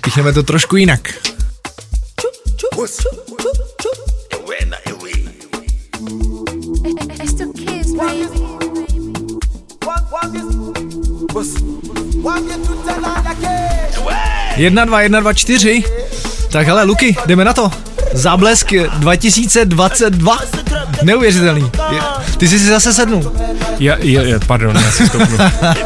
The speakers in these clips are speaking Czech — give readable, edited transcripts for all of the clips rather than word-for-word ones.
vypíchneme to trošku jinak. Jedna, dva, 4. Tak hele, Luky, jdeme na to. Záblesk 2022. Neuvěřitelný. Ty jsi si zase sednul. Pardon, já si stopnu.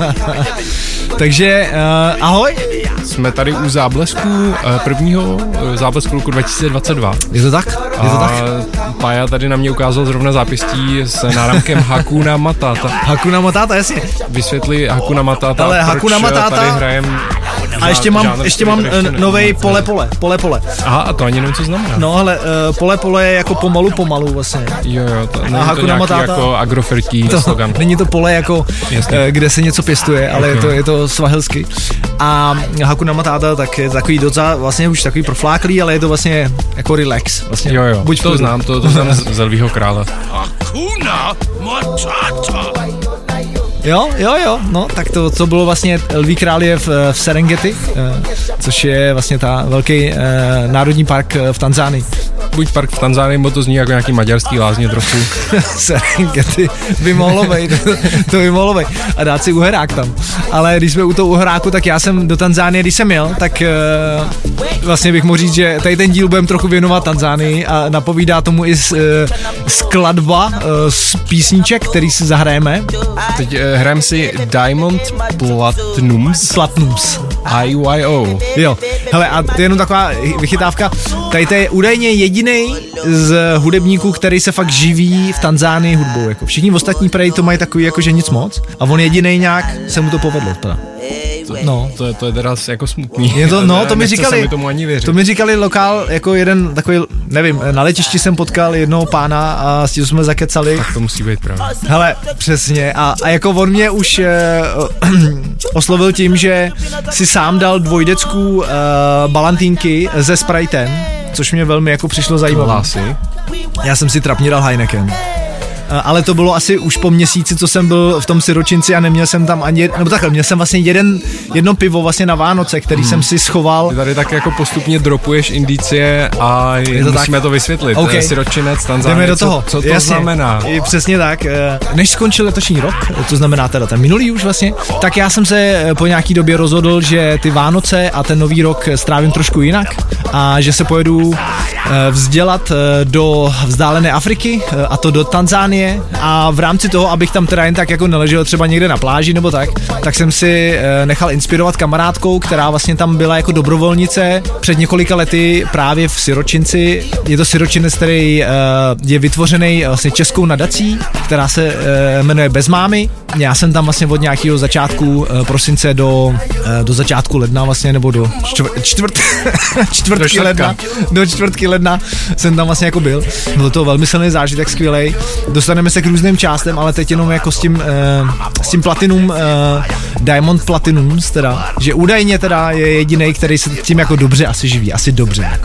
Takže ahoj. Jsme tady u záblesku prvního záblesku roku 2022. Je to tak? Pája tady na mě ukázal zrovna zápěstí s náramkem Hakuna Matata. Hakuna Matata, jasně. Vysvětli Hakuna Matata, ale proč Hakuna Matata, tady hrajem. A ještě mám novej pole. Aha, a to ani nevím, co znamená. No ale pole je jako pomalu vlastně. Jo, to není to nějaký Matata, jako agrofertí slogan. Není to pole jako, kde se něco pěstuje, ale je to svahilsky. A Hakuna Matata tak je takový docela vlastně už takový profláklý, ale je to vlastně jako relax. Vlastně. Jo, buď to znám, to znám z Lvího krále. Hakuna Matata. Jo, no, tak to bylo vlastně Lví král je v Serengeti, což je vlastně ta velký národní park v Tanzánii. Buď park v Tanzánii, bo to zní jako nějaký maďarský lázně trochu. Serengeti by mohlo být, to by mohlo být. A dát si uherák tam. Ale když jsme u toho uheráku, tak já jsem do Tanzánie, když jsem jel, tak vlastně bych mohl říct, že tady ten díl budeme trochu věnovat Tanzánii a napovídá tomu i skladba z písniček, který si zahrajeme. Teď hrajeme si Diamond Platnumz. IYO. Jo, hele, a to je jenom taková vychytávka. Tady to je údajně jedinej z hudebníků, který se fakt živí v Tanzánii hudbou. Jako všichni ostatní prej to mají takový jako, že nic moc. A on jedinej nějak se mu to povedlo. Teda. No. To je teda jako smutný. Je to, no, to mi říkali lokál, jako jeden takový, nevím, na letišti jsem potkal jednoho pána a s tím jsme zakecali. Tak to musí být pravda. Hele, přesně. A jako on mě už oslovil tím, že si sám dal dvojdecku balantínky ze Spritem, což mě velmi jako přišlo zajímavé. Já jsem si trapně dal Heineken. Ale to bylo asi už po měsíci, co jsem byl v tom siročinci a neměl jsem tam ani, nebo takhle, měl jsem vlastně jedno pivo vlastně na Vánoce, který jsem si schoval. Ty tady tak jako postupně dropuješ indicie a musíme to vysvětlit. Okay. Siročinec, Tanzánie, jdeme do toho. Co to jasně, znamená? Přesně tak. Než skončil letošní rok, to znamená teda ten minulý už vlastně, tak já jsem se po nějaký době rozhodl, že ty Vánoce a ten nový rok strávím trošku jinak a že se pojedu vzdělat do vzdálené Afriky, a to do Tanzánie, a v rámci toho, abych tam teda jen tak jako neležel třeba někde na pláži nebo tak jsem si nechal inspirovat kamarádkou, která vlastně tam byla jako dobrovolnice před několika lety právě v siročinci. Je to siročinec, který je vytvořený vlastně českou nadací, která se jmenuje Bez mámy. Já jsem tam vlastně od nějakého začátku prosince do začátku ledna vlastně, nebo do čtvrtky ledna jsem tam vlastně jako byl. Byl to velmi silný zážitek, skvělej. Dostaneme se k různým částem, ale teď jenom jako s tím Platinum, Diamond Platinums teda, že údajně teda je jedinej, který se tím jako dobře asi živí, asi dobře. Jako.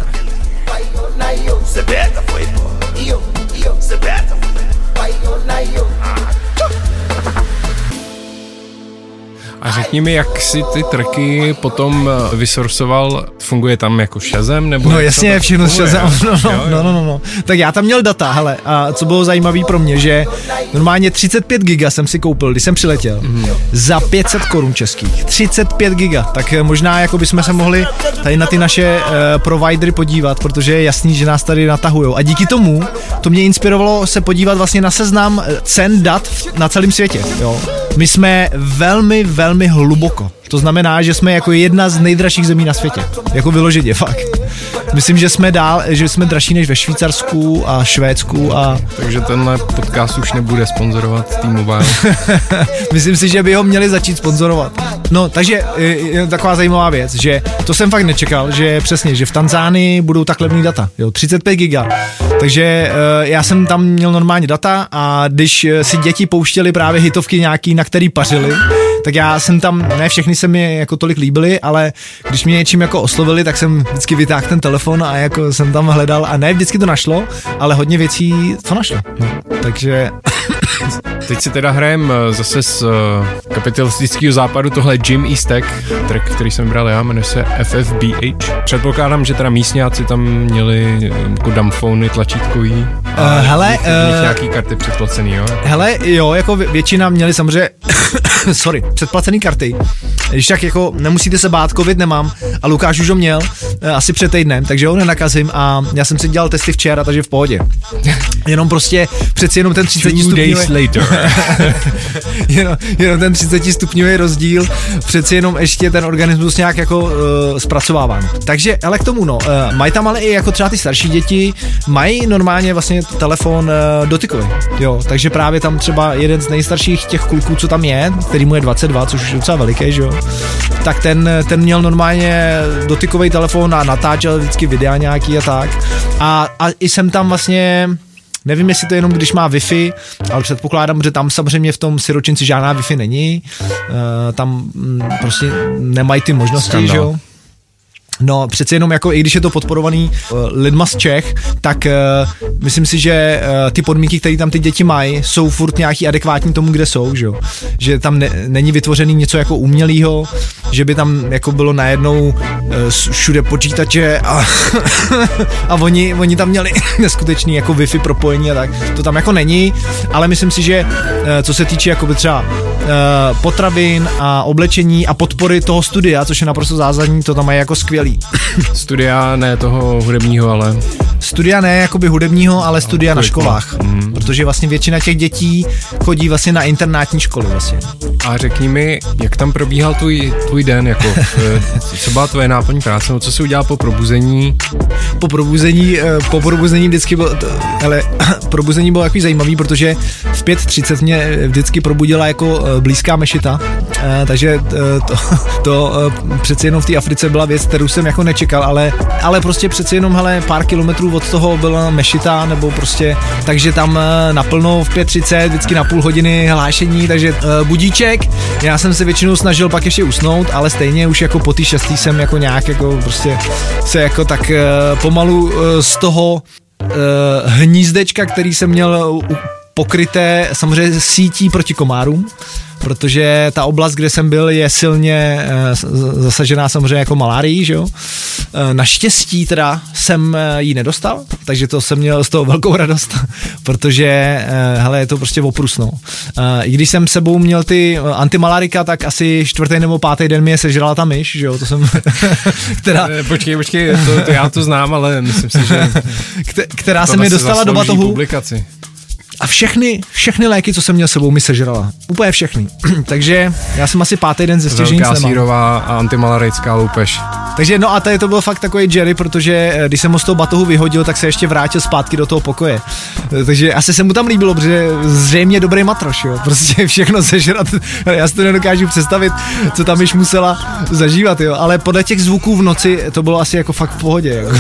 A řekni mi, jak si ty tracky potom vysourcoval, funguje tam jako Shazam? Nebo no jasně, všechno Shazam, no. Tak já tam měl data, hele, a co bylo zajímavé pro mě, že normálně 35 giga jsem si koupil, když jsem přiletěl, za 500 korun českých, 35 giga, tak možná jako bychom se mohli tady na ty naše providery podívat, protože je jasný, že nás tady natahujou. A díky tomu, to mě inspirovalo se podívat vlastně na seznam cen dat na celém světě, jo. My jsme velmi hluboko. To znamená, že jsme jako jedna z nejdražších zemí na světě. Jako vyloženě, fakt. Myslím, že jsme dražší než ve Švýcarsku a Švédsku a... Takže tenhle podcast už nebude sponzorovat T-Mobile. Myslím si, že by ho měli začít sponzorovat. No, takže je taková zajímavá věc, že to jsem fakt nečekal, že přesně, že v Tanzánii budou tak levný data. Jo, 35 giga. Takže já jsem tam měl normálně data a když si děti pouštěli právě hitovky nějaký, na který pařili, tak já jsem tam, ne všechny se mi jako tolik líbily, ale když mě něčím jako oslovili, tak jsem vždycky vytáhl ten telefon a jako jsem tam hledal a ne vždycky to našlo, ale hodně věcí to našlo. No, takže Teď si teda hrajem zase z kapitalistického západu, tohle Jim Eastek, track, který jsem bral já, jmenuje se FFBH. Předpokládám, že teda místňáci tam měli jako dumbfony tlačítkový hele, nějaký karty předplacený, jo? Hele, jo, jako většina měli samozřejmě předplacený karty. Když tak jako nemusíte se bát, covid nemám a Lukáš už ho měl asi před týdnem, takže ho nenakazím a já jsem si dělal testy včera, takže v pohodě. Jenom prostě přeci jenom ten 30 stupňový jenom ten 30 stupňový rozdíl, přeci jenom ještě ten organismus nějak jako zpracováván. Takže ale k tomu mají tam ale i jako třeba ty starší děti, mají normálně vlastně telefon dotykový, jo, takže právě tam třeba jeden z nejstarších těch kluků, co tam je, který mu je 22, což už je docela veliký, že jo, tak ten měl normálně dotykový telefon a natáčel vždycky videa nějaký a tak. A i jsem tam vlastně, nevím, jestli to je jenom když má Wi-Fi, ale předpokládám, že tam samozřejmě v tom siročinci žádná Wi-Fi není. Tam prostě nemají ty možnosti, že jo. No přece jenom jako i když je to podporovaný lidma z Čech, tak myslím si, že ty podmínky, které tam ty děti mají, jsou furt nějaký adekvátní tomu, kde jsou, že jo. Že tam není vytvořený něco jako umělýho, že by tam jako bylo najednou všude počítače a oni tam měli neskutečný jako Wi-Fi propojení a tak. To tam jako není, ale myslím si, že co se týče jako by třeba potravin a oblečení a podpory toho studia, což je naprosto zásadní, to tam mají jako skvělý. Studia ne toho hudebního, ale... Studia ne jakoby hudebního, ale studia na školách. Protože vlastně většina těch dětí chodí vlastně na internátní školy vlastně. A řekni mi, jak tam probíhal tvůj den, jako co byla tvoje náplň práce, no co jsi udělal po probuzení? Po probuzení vždycky bylo, ale probuzení bylo takový zajímavý, protože v 5:30 mě vždycky probudila jako blízká mešita, takže to přeci jenom v té Africe byla věc, kterou jsem jako nečekal, ale prostě přeci jenom pár kilometrů od toho byla mešita, nebo prostě, takže tam naplno v 5:30, vždycky na půl hodiny hlášení, takže budíček, já jsem se většinou snažil pak ještě usnout, ale stejně už jako po té 6. jsem jako nějak jako prostě se jako tak pomalu z toho hnízdečka, který jsem měl pokryté samozřejmě sítí proti komárům, protože ta oblast, kde jsem byl, je silně zasažená samozřejmě jako malárií, že jo. Naštěstí teda jsem ji nedostal, takže to jsem měl z toho velkou radost, protože hele, je to prostě oprusno. I když jsem sebou měl ty antimalárika, tak asi 4. nebo 5. den mi je sežrala ta myš, že jo, to jsem, která... Počkej, to já to znám, ale myslím si, že... která se mi dostala do batohu. Publikaci. A všechny léky, co jsem měl sebou, mi sežrala. Úplně všechny. Takže já jsem asi 5. den zjistil, že nic nemám. Velká sírová a antimalarická loupež. Takže no a tady to byl fakt takový Jerry, protože když jsem ho z toho batohu vyhodil, tak se ještě vrátil zpátky do toho pokoje. Takže asi se mu tam líbilo, protože zřejmě dobrý matroš, jo. Prostě všechno sežrat. Já si to nedokážu představit, co tam již musela zažívat, jo. Ale podle těch zvuků v noci to bylo asi jako fakt v pohodě, jo.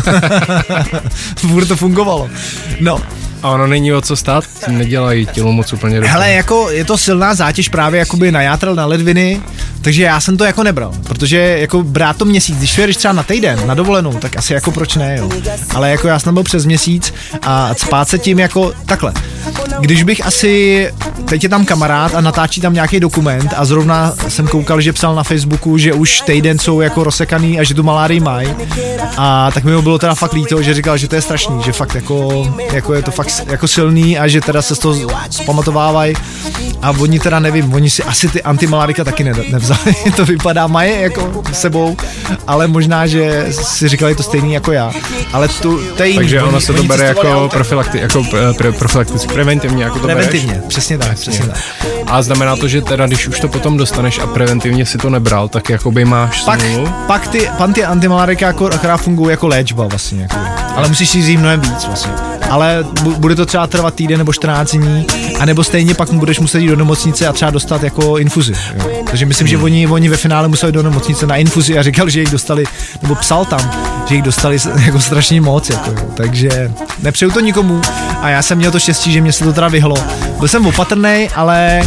Furt to fungovalo. No. A ono není o co stát, nedělají tělo moc úplně dobře. Hele, jako je to silná zátěž právě jakoby na játra, na ledviny, takže já jsem to jako nebral, protože jako brát to měsíc, když jedeš třeba na týden, na dovolenou, tak asi jako proč ne, jo. Ale jako já jsem byl přes měsíc a spát se tím jako takhle. Když bych asi, teď je tam kamarád a natáčí tam nějaký dokument a zrovna jsem koukal, že psal na Facebooku, že už týden jsou jako rozsekaný a že tu malárii mají, a tak mi bylo teda fakt líto, že říkal, že to je strašný, že fakt jako je to fakt jako silný a že teda se z toho zpamatovávají a oni teda nevím, oni si asi ty antimalárika taky nevzali, to vypadá, mají jako sebou, ale možná, že si říkali to stejný jako já, ale takže ono se to bere jako profilakticky, preventivně, jako to preventivně, bereš? Přesně tak. A znamená to, že teda, když už to potom dostaneš a preventivně si to nebral, tak jakoby máš smůlu? Pak ty antimalárika akorát fungují jako léčba vlastně, jako. Ale musíš si říct mnohem víc vlastně. Ale bude to třeba trvat týden nebo 14 dní, anebo stejně pak budeš muset jít do nemocnice a třeba dostat jako infuzi. Jo. Takže myslím, že oni ve finále museli do nemocnice na infuzi a říkal, že jich dostali, nebo psal tam, že jich dostali jako strašně moc. Jako, jo. Takže nepřeju to nikomu a já jsem měl to štěstí, že mě se to teda vyhlo. Byl jsem opatrnej, ale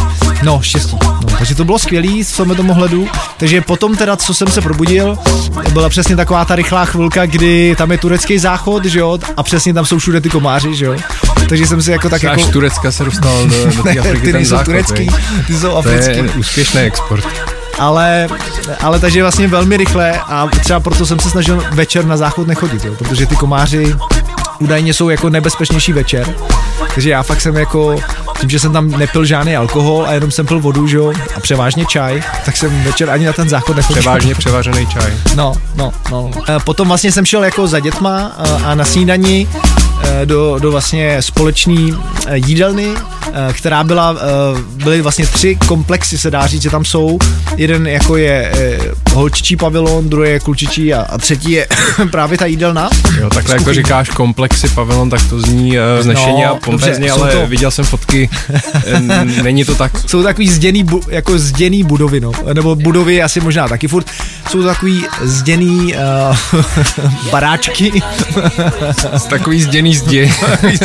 No, štěstí. No, takže to bylo skvělý v tomhle ohledu. Takže potom teda, co jsem se probudil, byla přesně taková ta rychlá chvilka, kdy tam je turecký záchod, že jo, a přesně tam jsou všude ty komáři, že jo. Takže jsem si jako tak jako... Až Turecka se dostal do té Afriky, ty nejsou turecký, ty jsou africký. To je úspěšný export. Ale takže vlastně velmi rychle a třeba proto jsem se snažil večer na záchod nechodit, jo, protože ty komáři údajně jsou jako nebezpečnější večer. Takže já fakt jsem jako, tím, že jsem tam nepil žádný alkohol a jenom jsem pil vodu, že jo, a převážně čaj, tak jsem večer ani na ten záchod nechodil. Převážně převážený čaj. No. Potom vlastně jsem šel jako za dětma a na snídani do vlastně společný jídelny, která byly vlastně 3 komplexy, se dá říct, že tam jsou. Jeden jako je holčičí pavilon, druhý je klučičí a třetí je právě ta jídelna. Jo, takhle jako říkáš komplexy pavilon, tak to zní vznešeně a pompezně, ale viděl jsem fotky, není to tak. Jsou takový zděný budovy, no, nebo budovy asi možná taky furt. Jsou to takový zděný baráčky. Takový zděný zdi.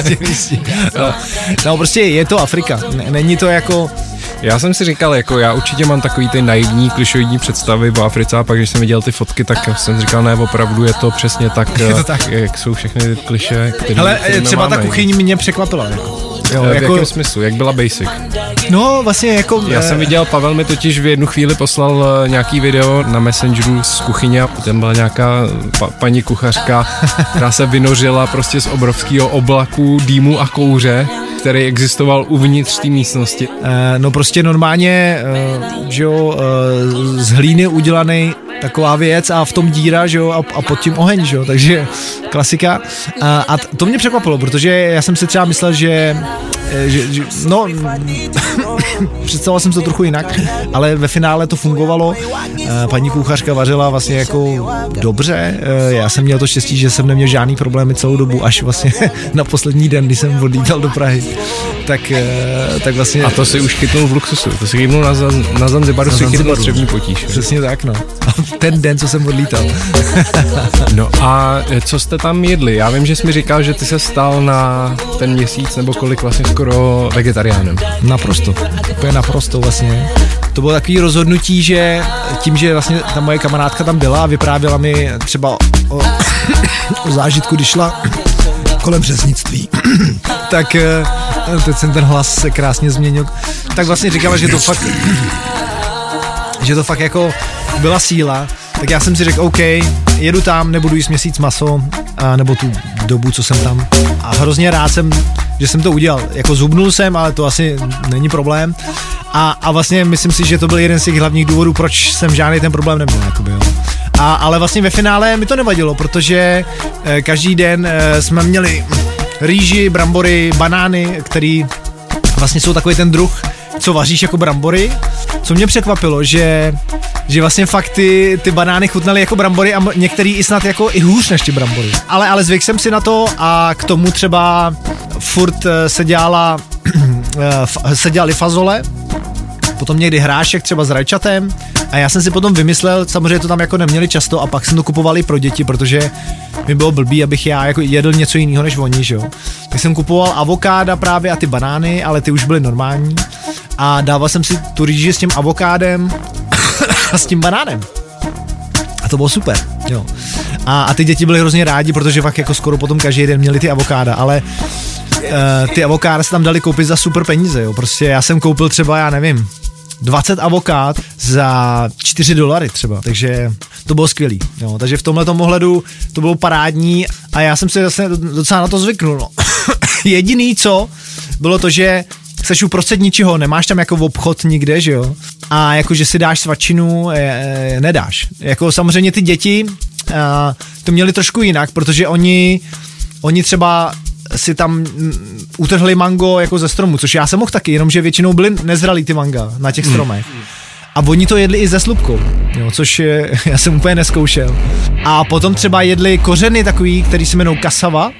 No prostě je to Afrika, není to jako... Já jsem si říkal, jako já určitě mám takový ty naivní, klišoidní představy o Africe a pak, když jsem viděl ty fotky, tak jsem říkal, ne, opravdu je to přesně tak, jak jsou všechny ty kliše, které hele, třeba ta kuchyň mě překvapila, jako. Jo, v jakém smyslu? Jak byla basic? No, vlastně jako... Já jsem viděl, Pavel mi totiž v jednu chvíli poslal nějaký video na Messengeru z kuchyně a tam byla nějaká paní kuchařka, která se vynořila prostě z obrovského oblaku dýmu a kouře, který existoval uvnitř té místnosti. No prostě normálně, že jo, z hlíny udělaný taková věc a v tom díra, že jo, a pod tím oheň, že jo, takže klasika. A to mě překvapilo, protože já jsem si třeba myslel, že představoval jsem to trochu jinak, ale ve finále to fungovalo. Paní kuchařka vařila vlastně jako dobře. Já jsem měl to štěstí, že jsem neměl žádný problémy celou dobu, až vlastně na poslední den, kdy jsem odlítal do Prahy. Tak vlastně... A to si už chytnul v luxusu, to si chytnul na Zanzibaru, si chytnul střevní potíž. Přesně tak, no. Ten den, co jsem odlítal. No a co jste tam jedli? Já vím, že jsi mi říkal, že ty se stal na ten měsíc nebo kolik vlastně skoro vegetariánem. Naprosto, úplně naprosto vlastně. To bylo takový rozhodnutí, že tím, že vlastně ta moje kamarádka tam byla a vyprávěla mi třeba o zážitku, když šla kolem řeznictví, tak teď jsem ten hlas se krásně změnil, tak vlastně říkala, že to fakt jako byla síla, tak já jsem si řekl, OK, jedu tam, nebudu jíst měsíc maso, nebo tu dobu, co jsem tam. A hrozně rád jsem, že jsem to udělal. Jako zhubnul jsem, ale to asi není problém. A vlastně myslím si, že to byl jeden z těch hlavních důvodů, proč jsem žádný ten problém neměl. Jakoby, jo. Ale vlastně ve finále mi to nevadilo, protože každý den jsme měli rýži, brambory, banány, který vlastně jsou takový ten druh, co vaříš jako brambory. Co mě překvapilo, že vlastně fakt ty banány chutnaly jako brambory a některý i snad jako i hůř než ty brambory. Ale zvyk jsem si na to a k tomu třeba furt se dělaly fazole, potom někdy hrášek třeba s rajčatem a já jsem si potom vymyslel, samozřejmě to tam jako neměli často a pak jsem to kupoval i pro děti, protože mi bylo blbý, abych já jako jedl něco jiného než oni, že jo. Tak jsem kupoval avokáda právě a ty banány, ale ty už byly normální a dával jsem si tu rýži s tím avokádem a s tím banánem. A to bylo super, jo. A ty děti byly hrozně rádi, protože fakt jako skoro potom každý den měli ty avokáda, ale ty avokáda se tam dali koupit za super peníze, jo. Prostě já jsem koupil třeba, já nevím, 20 avokád za $4 třeba, takže to bylo skvělý, jo. Takže v tomhletom ohledu to bylo parádní a já jsem si vlastně docela na to zvyknul, no. Jediný co, bylo to, že seš uprostřed ničeho, nemáš tam jako obchod nikde, že jo, a jako, že si dáš svačinu, nedáš. Jako samozřejmě ty děti to měli trošku jinak, protože oni třeba si tam utrhli mango jako ze stromu, což já jsem mohl taky, jenomže většinou byly nezralý ty manga na těch stromech. A oni to jedli i se slupkou, jo, což já jsem úplně neskoušel. A potom třeba jedli kořeny takový, který se jmenou kasava.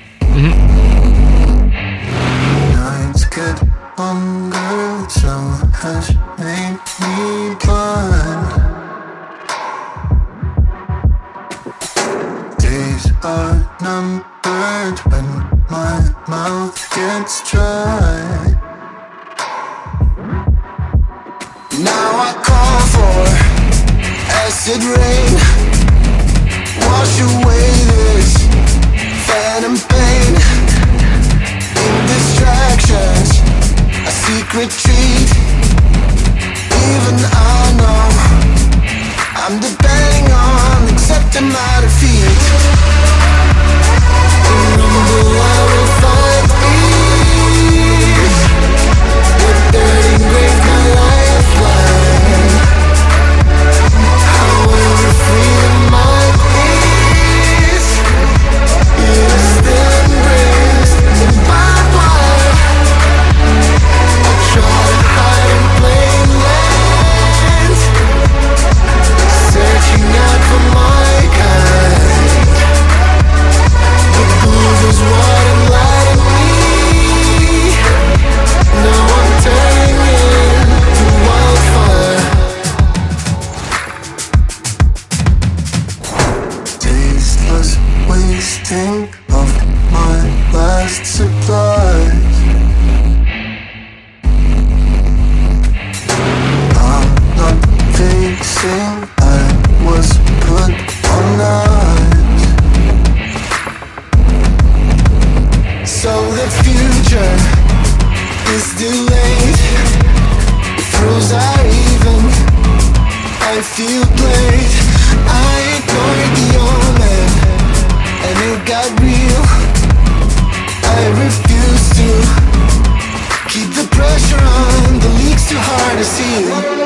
I call for acid rain, wash away this phantom pain. In distractions, a secret treat. Even I know I'm depending on accepting my defeat. Remember I will find peace. With dirty grave my lifeline. However freedom might is, it is still embraced in barbed wire. I try to hide in plain lands, searching out for my kind. The groove is what enlightened me. Now I'm turning into wildfire. Tasteless wasting of my last supplies. I'm not fixing, I was put on ice. So the future is delayed. If rules are even, I feel played. I ignored the omen, and it got real. I refuse to keep the pressure on, the leak's too hard to see.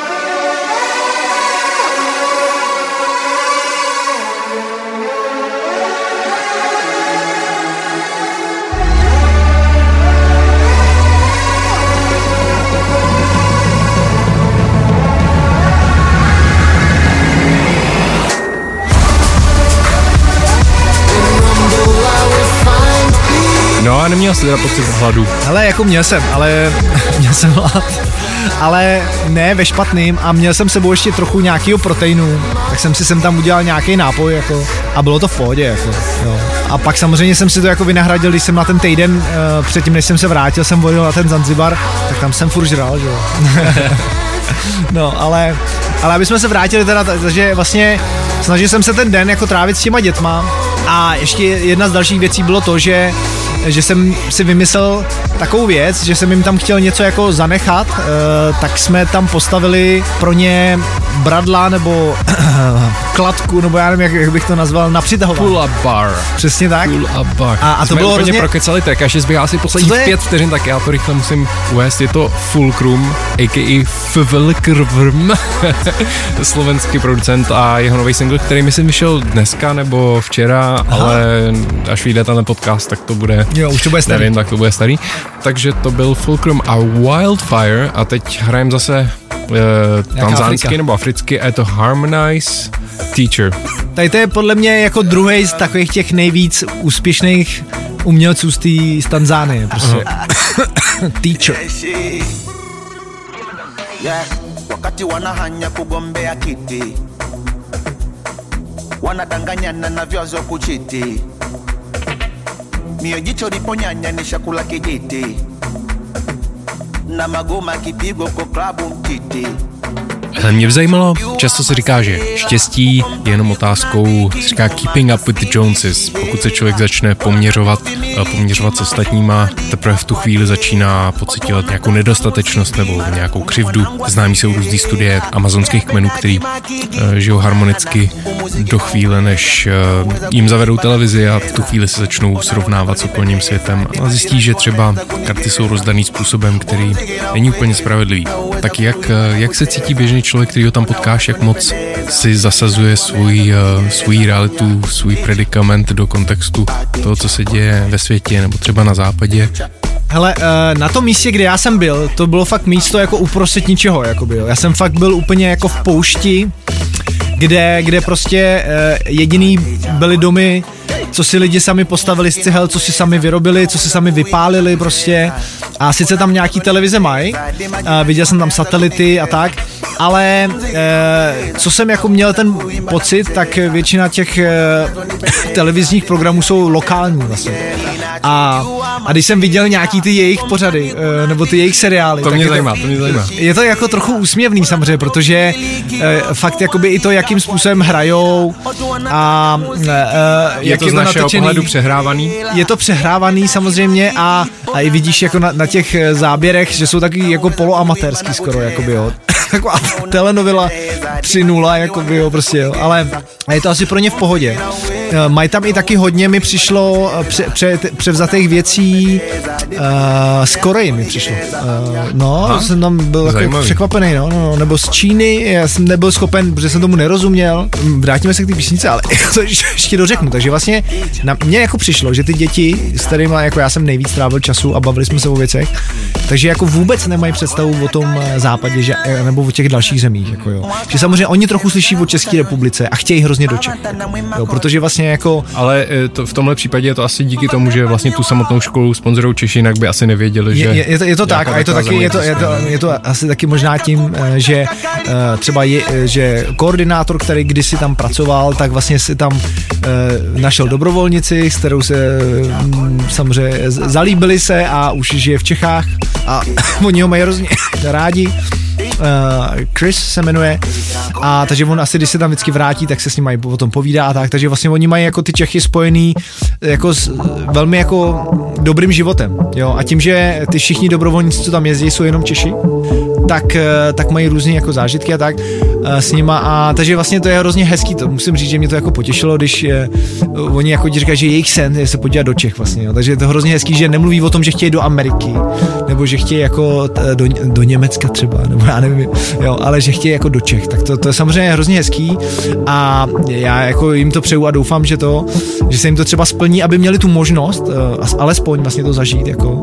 No a neměl jsi teda pocit hladu? Hele, jako měl jsem hlad, ale ne ve špatným a měl jsem sebou ještě trochu nějakého proteinu, tak jsem si sem tam udělal nějaký nápoj jako, a bylo to v pohodě jako, jo. A pak samozřejmě jsem si to jako vynahradil, když jsem na ten týden předtím, než jsem se vrátil, jsem vodil na ten Zanzibar, tak tam jsem furt žral, že jo. No, ale aby jsme se vrátili teda, takže vlastně snažil jsem se ten den jako trávit s těma dětma a ještě jedna z dalších věcí bylo to, že jsem si vymyslel takovou věc, že jsem jim tam chtěl něco jako zanechat, tak jsme tam postavili pro ně bradla nebo kladku, nebo já nevím, jak bych to nazval, na přitahování. Pull-up bar. Přesně tak. Pull-up bar. A to bylo hodně prokecali tak, až zběhá asi posledních 5 vteřin, tak já to rychle musím uvést. Je to Fulcrum, a.k.a. Fulcrum, slovenský producent a jeho nový single, který myslím vyšel dneska nebo včera, ale až vyjde ten podcast, tak to bude, jo, už to bude starý. Nevím, tak to bude starý. Takže to byl Fulcrum a Wildfire a teď hrajem zase tanzánský nebo africký a je to Harmonize Teacher. Tady to je podle mě jako druhý z takových těch nejvíc úspěšných umělců z Tanzánie. Prostě. Teacher. Wakati wanahanya kugombea kiti, wanadanganyana na vyazo kuchiti, mio jicho liponyanya ni shakula kijiti, na magoma kipigo kwa klabu mtiti. Mě by zajímalo, často se říká, že štěstí je jenom otázkou, se říká keeping up with the Joneses. Pokud se člověk začne poměřovat s ostatníma, teprve v tu chvíli začíná pociťovat nějakou nedostatečnost nebo nějakou křivdu. Známí jsou různý studie amazonských kmenů, který žijou harmonicky do chvíle, než jim zavedou televizi a v tu chvíli se začnou srovnávat s okolním světem a zjistí, že třeba karty jsou rozdaný způsobem, který není úplně spravedlivý. Tak jak se cítí běžný člověk, který ho tam potkáš, jak moc si zasazuje svůj realitu, svůj predikament do kontextu toho, co se děje ve světě nebo třeba na západě. Hele, na tom místě, kde já jsem byl, to bylo fakt místo jako uprostřed ničeho, jakoby, jo. Já jsem fakt byl úplně jako v poušti, kde prostě jediný byly domy, co si lidi sami postavili z cihel, co si sami vyrobili, co si sami vypálili prostě. A sice tam nějaký televize mají, viděl jsem tam satelity a tak, ale co jsem jako měl ten pocit, tak většina těch televizních programů jsou lokální vlastně. A když jsem viděl nějaký ty jejich pořady, nebo ty jejich seriály, to mě zajímá. Je to jako trochu úsměvný samozřejmě, protože fakt jakoby i to, jakým způsobem hrajou a je to z našeho pohledu přehrávaný? Je to přehrávaný samozřejmě a i vidíš jako na těch záběrech, že jsou taky jako poloamatérský skoro, jakoby jo. Taková telenovela 3.0, jakoby jo, prostě jo, ale je to asi pro ně v pohodě. Mají tam i taky hodně, mi přišlo převzatých věcí z Koreji mi přišlo. Jsem tam byl jako překvapený, no, nebo z Číny, já jsem nebyl schopen, protože jsem tomu nerozuměl. Vrátíme se k té písnice, ale to ještě dořeknu, takže vlastně mně jako přišlo, že ty děti, s kterými jako já jsem nejvíc trávil času a bavili jsme se o věcech, takže jako vůbec nemají představu o tom západě, že, nebo o těch dalších zemích, jako jo. Že samozřejmě oni trochu slyší o České republice a chtějí hrozně do Čech, jo, protože vlastně jako... Ale v tomhle případě je to asi díky tomu, že vlastně tu samotnou školu sponzorují Češi, jinak by asi nevěděli, že... Je to tak a je to asi taky možná tím, že třeba že koordinátor, který kdysi tam pracoval, tak vlastně si tam našel dobrovolnici, s kterou se samozřejmě zalíbili se a už žije v Čechách a oni ho mají hrozně rádi. Chris se jmenuje a takže on asi, když se tam vždycky vrátí, tak se s ním mají o tom povídá a tak, takže vlastně oni mají jako ty Čechy spojený jako s velmi jako dobrým životem, jo, a tím, že ty všichni dobrovolníci, co tam jezdí, jsou jenom Češi, tak mají různý jako zážitky a tak s nima a takže vlastně to je hrozně hezký, to musím říct, že mě to jako potěšilo, když oni jako říkají, že jejich sen je se podívat do Čech vlastně, jo, takže je to hrozně hezký, že nemluví o tom, že chtějí do Ameriky, nebo že chtějí jako do Německa třeba, nebo já nevím, jo, ale že chtějí jako do Čech, tak to je samozřejmě hrozně hezký a já jako jim to přeju a doufám, že se jim to třeba splní, aby měli tu možnost alespoň vlastně to zažít, jako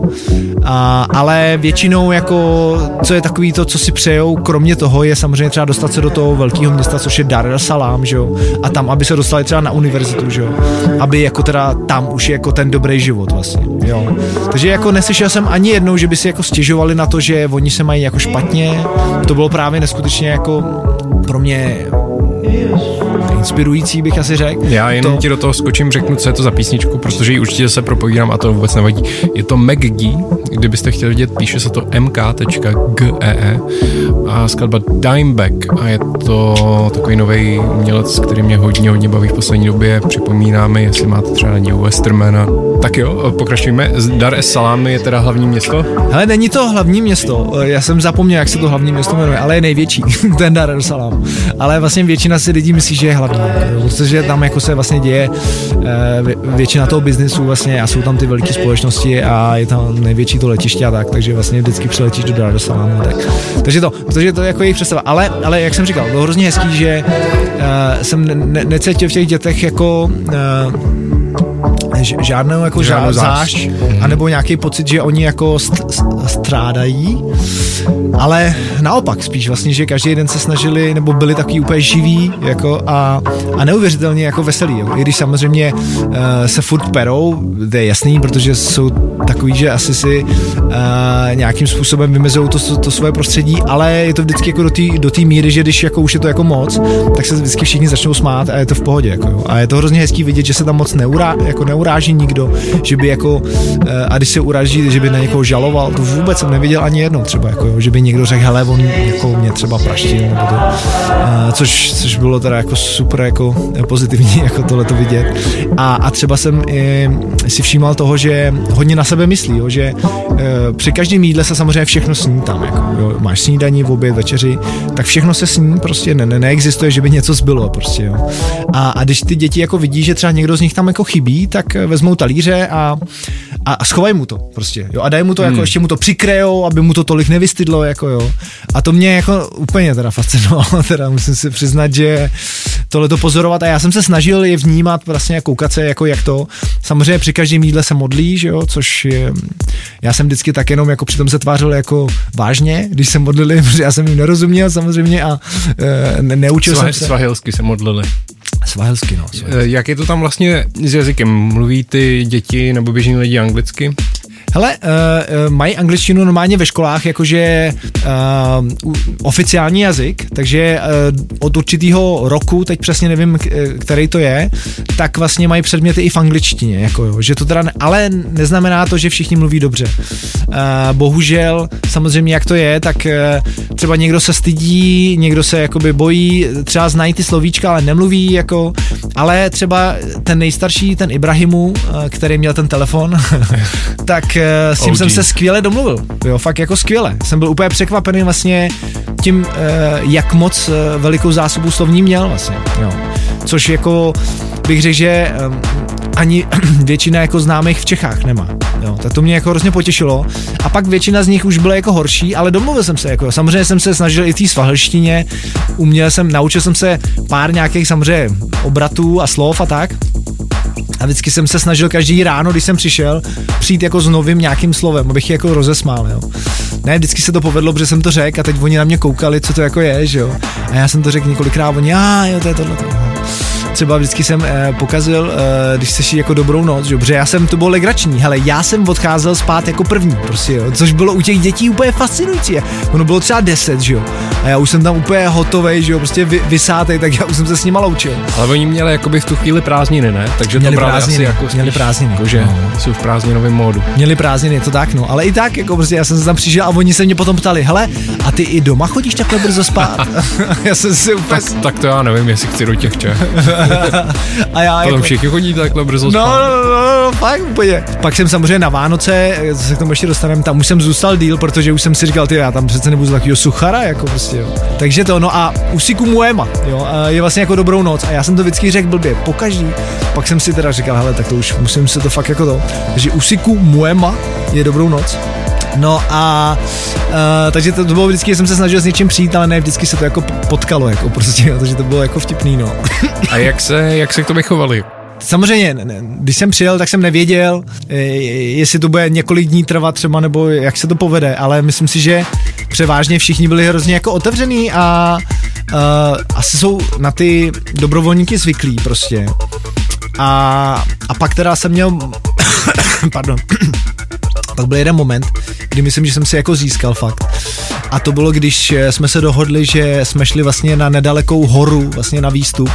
ale většinou jako, co je takový to, co si přejou, kromě toho je samozřejmě třeba dostat se do toho velkého města, což je Dar es Salaam, že jo, a tam, aby se dostali třeba na univerzitu, že jo, aby jako teda tam už je jako ten dobrý život vlastně, jo. Takže jako neslyšel jsem ani jednou, že by si jako stěžovali na to, že oni se mají jako špatně, to bylo právě neskutečně jako pro mě inspirující, bych asi řekl. Já jenom ti do toho skočím, řeknu, co je to za písničku, protože ji určitě se propovídám a to vůbec nevadí. Je to McGee, kdybyste chtěli vidět, píše se to mk.gee a skladba Dimebag a je to takový nový umělec, který mě hodně baví v poslední době. Připomínáme, jestli máte třeba na New Westermana. Tak jo, pokračujeme. Dar es Salaam je teda hlavní město? Hele, není to hlavní město, já jsem zapomněl, jak se to hlavní město jmenuje, ale je největší, ten Dar es Salaam. Ale vlastně většina si lidí myslí, že je hlavní, protože tam jako se vlastně děje většina toho biznesu vlastně a jsou tam ty velké společnosti a je tam největší to letiště a tak, takže vlastně vždycky přiletíš do Dar es Salaamu, tak. Takže to je jako jejich představa, ale jak jsem říkal, bylo hrozně hezký, že jsem necítil v těch dětech jako žádnou jako zášť, anebo nějaký pocit, že oni jako strádají, ale naopak spíš vlastně, že každý den se snažili, nebo byli takový úplně živí jako a neuvěřitelně jako veselí, jo. I když samozřejmě se furt perou, to je jasný, protože jsou takový, že asi si nějakým způsobem vymezují to svoje prostředí, ale je to vždycky jako do té míry, že když jako už je to jako moc, tak se vždycky všichni začnou smát a je to v pohodě, jako jo. A je to hrozně hezký vidět, že se tam moc neuráží nikdo, že by jako a když se uráží, že by na někoho žaloval, to vůbec jsem neviděl ani jednou třeba, jako jo, že by někdo řekl, hele, on jako mě třeba praštil, nebo to, což bylo teda jako super jako pozitivní, jako tohleto vidět. A třeba jsem si všímal toho, že hodně na sebe myslí, jo, že při každém jídle se samozřejmě všechno sní tam, jako, jo, máš snídaní, oběd, večeři, tak všechno se sní, prostě neexistuje, že by něco zbylo, prostě, jo. A když ty děti jako vidí, že třeba někdo z nich tam jako chybí, tak vezmou talíře a schovají mu to, prostě, jo, a dají mu to, jako ještě mu to přikrejou, aby mu to tolik nevystydlo, jako jo. A to mě jako úplně teda fascinovalo, teda musím si přiznat, že tohleto pozorovat a já jsem se snažil je vnímat, vlastně koukat se, jako jak to, samozřejmě při každém jídle se modlí, že jo, což je, já jsem vždycky tak jenom jako přitom se tvářil jako vážně, když se modlili, protože já jsem jim nerozuměl samozřejmě a neučil jsem se. Svahilsky se modlili. Svahilsky, no. Jak je to tam vlastně s jazykem? Mluví ty děti nebo běžní lidi anglicky? Hele, mají angličtinu normálně ve školách jakože oficiální jazyk, takže od určitého roku, teď přesně nevím, který to je, tak vlastně mají předměty i v angličtině, jako jo, že to teda ale neznamená to, že všichni mluví dobře. Bohužel, samozřejmě jak to je, tak třeba někdo se stydí, někdo se jakoby bojí, třeba znají ty slovíčka, ale nemluví, jako, ale třeba ten nejstarší, ten Ibrahimu, který měl ten telefon, tak s tím jsem se skvěle domluvil, jo, fakt jako skvěle. Jsem byl úplně překvapený vlastně tím, jak moc velikou zásobu slovní měl vlastně, jo. Což jako bych řekl, že ani většina jako známých v Čechách nemá. Jo, tak to mě jako hrozně potěšilo. A pak většina z nich už byla jako horší, ale domluvil jsem se. Jako, samozřejmě jsem se snažil i v té svahelštině, naučil jsem se pár nějakých samozřejmě obratů a slov a tak. A vždycky jsem se snažil každý ráno, když jsem přišel, přijít jako s novým nějakým slovem, abych je jako rozesmál, jo. Ne, vždycky se to povedlo, protože jsem to řekl a teď oni na mě koukali, co to jako je, že jo. A já jsem to řekl několikrát, oni, jo, to je tohle. Třeba vždycky jsem pokazil, když seš jako dobrou noc, že? Protože to bylo legrační, hele, já jsem odcházel spát jako první, prostě, jo, což bylo u těch dětí úplně fascinující. Ono bylo třeba 10, že jo, a já už jsem tam úplně hotovej, že jo, prostě vysátej, tak já už jsem se s nima loučil. Ale oni měli jakoby v tu chvíli prázdniny, ne? Takže měli to brali prázdniny, asi jako měli prázdniny, jako, že jsou v prázdninovém módu. Měli prázdniny, to tak, no, ale i tak, jako prostě já jsem se tam přišel a oni se mě potom ptali, hele, a ty i doma chodíš takhle brzo spát? Já jsem si úplně... Tak to já nevím, jestli chci do těch Čech. A já potom všichni chodí takhle brzo spát. No, fakt úplně. Pak jsem samozřejmě na Vánoce, se k tomu ještě dostaneme, tam už jsem zůstal díl, protože už jsem si říkal, já tam přece nebudu takovýho suchara, jako prostě, jo. Takže to, no a usiku muema, jo, je vlastně jako dobrou noc a já jsem to vždycky řekl blbě, pokaždý. Pak jsem si teda říkal, hele, tak to už musím se to fakt jako to. Takže usiku muema je dobrou noc. No a takže to bylo vždycky, jsem se snažil s něčím přijít, ale ne vždycky se to jako potkalo, jako prostě, takže to bylo jako vtipný, no. A jak se k tomu chovali? Samozřejmě, když jsem přijel, tak jsem nevěděl, jestli to bude několik dní trvat třeba, nebo jak se to povede, ale myslím si, že převážně všichni byli hrozně jako otevřený a asi jsou na ty dobrovolníky zvyklí prostě. A pak teda jsem měl, pardon, pak byl jeden moment, kdy myslím, že jsem si jako získal fakt. A to bylo, když jsme se dohodli, že jsme šli vlastně na nedalekou horu, vlastně na výstup.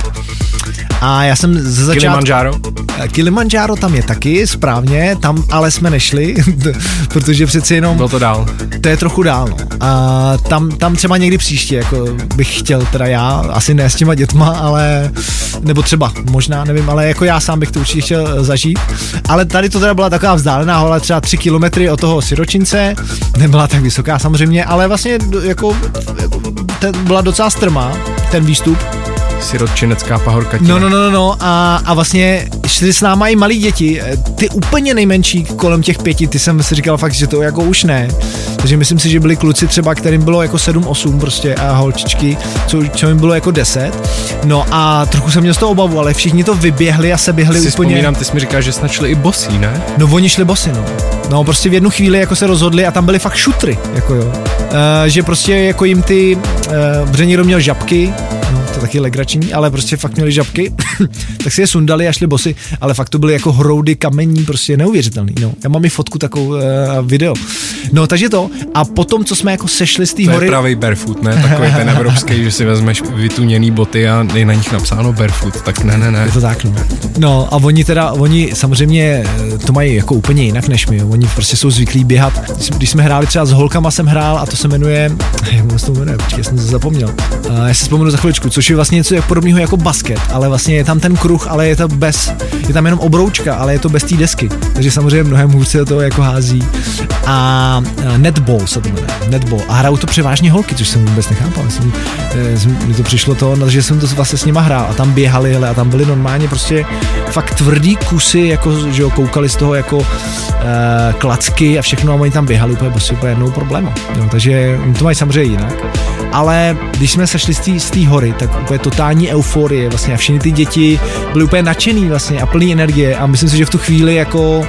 A já jsem ze začátku... Kilimanjaro tam je taky, správně, tam ale jsme nešli, protože přeci jenom... Bylo to dál. To je trochu dál, no. A tam třeba někdy příště, jako bych chtěl teda já, asi ne s těma dětma, ale... Nebo třeba, možná, nevím, ale jako já sám bych to určitě chtěl zažít. Ale tady to teda byla taková vzdálená hola, třeba 3 kilometry od toho Siročince, nebyla tak vysoká samozřejmě, ale vlastně jako byla docela strmá, ten výstup. Sirotčinecká pahorkatina. No a vlastně šli s náma i malí děti, ty úplně nejmenší kolem těch 5, ty jsem si říkal fakt, že to jako už ne. Takže myslím si, že byli kluci třeba, kterým bylo jako 7-8 prostě a holčičky, co jim bylo jako 10. No a trochu jsem měl z toho obavu, ale všichni to vyběhli a se běhli úplně. Vzpomínám, ty jsi mi říkal, že snad šli i bosí, ne? No oni šli bosí, no. No prostě v jednu chvíli jako se rozhodli a tam byly fakt šutry, jako jo. Že prostě jako jim ty, protože někdo měl žabky, no to taky legrační, ale prostě fakt měli žabky, tak si je sundali a šli bosy, ale fakt to byly jako hroudy kamení, prostě neuvěřitelný, no. Já mám i fotku takovou video. No takže to a potom, co jsme jako sešli z té hory. To je pravý barefoot, ne? Takový ten evropský, že si vezmeš vytuněný boty a je na nich napsáno barefoot, tak ne. Je to tak, no. No a oni samozřejmě to mají jako úplně jinak než my, jo. Oni prostě jsou zvyklí běhat. Když jsme hráli třeba s holkama, jsem hrál a to se jmenuje, jak se to jmenuje, počkej, jsem to zapomněl. Já si vzpomenu za chviličku, což je vlastně něco podobného jako basket, ale vlastně je tam ten kruh, ale je tam jenom obroučka, ale je to bez té desky. Takže samozřejmě mnohem hůř se do toho jako hází. A netball se to jmenuje, netball. A hrajou to převážně holky, což jsem vůbec nechápal. Mi to přišlo to, že jsem to vlastně s nima hrál a tam běhali, hele, a tam byly normálně prostě fakt tvrdý kusy, jako, že jo, koukali z toho jako klacky a všechno a oni tam běhali úplně jednou problém. Jo, takže to mají samozřejmě jinak. Ale když jsme sešli z té hory, tak úplně totální euforie vlastně a všechny ty děti byly úplně nadšený vlastně a plný energie a myslím si, že v tu chvíli jako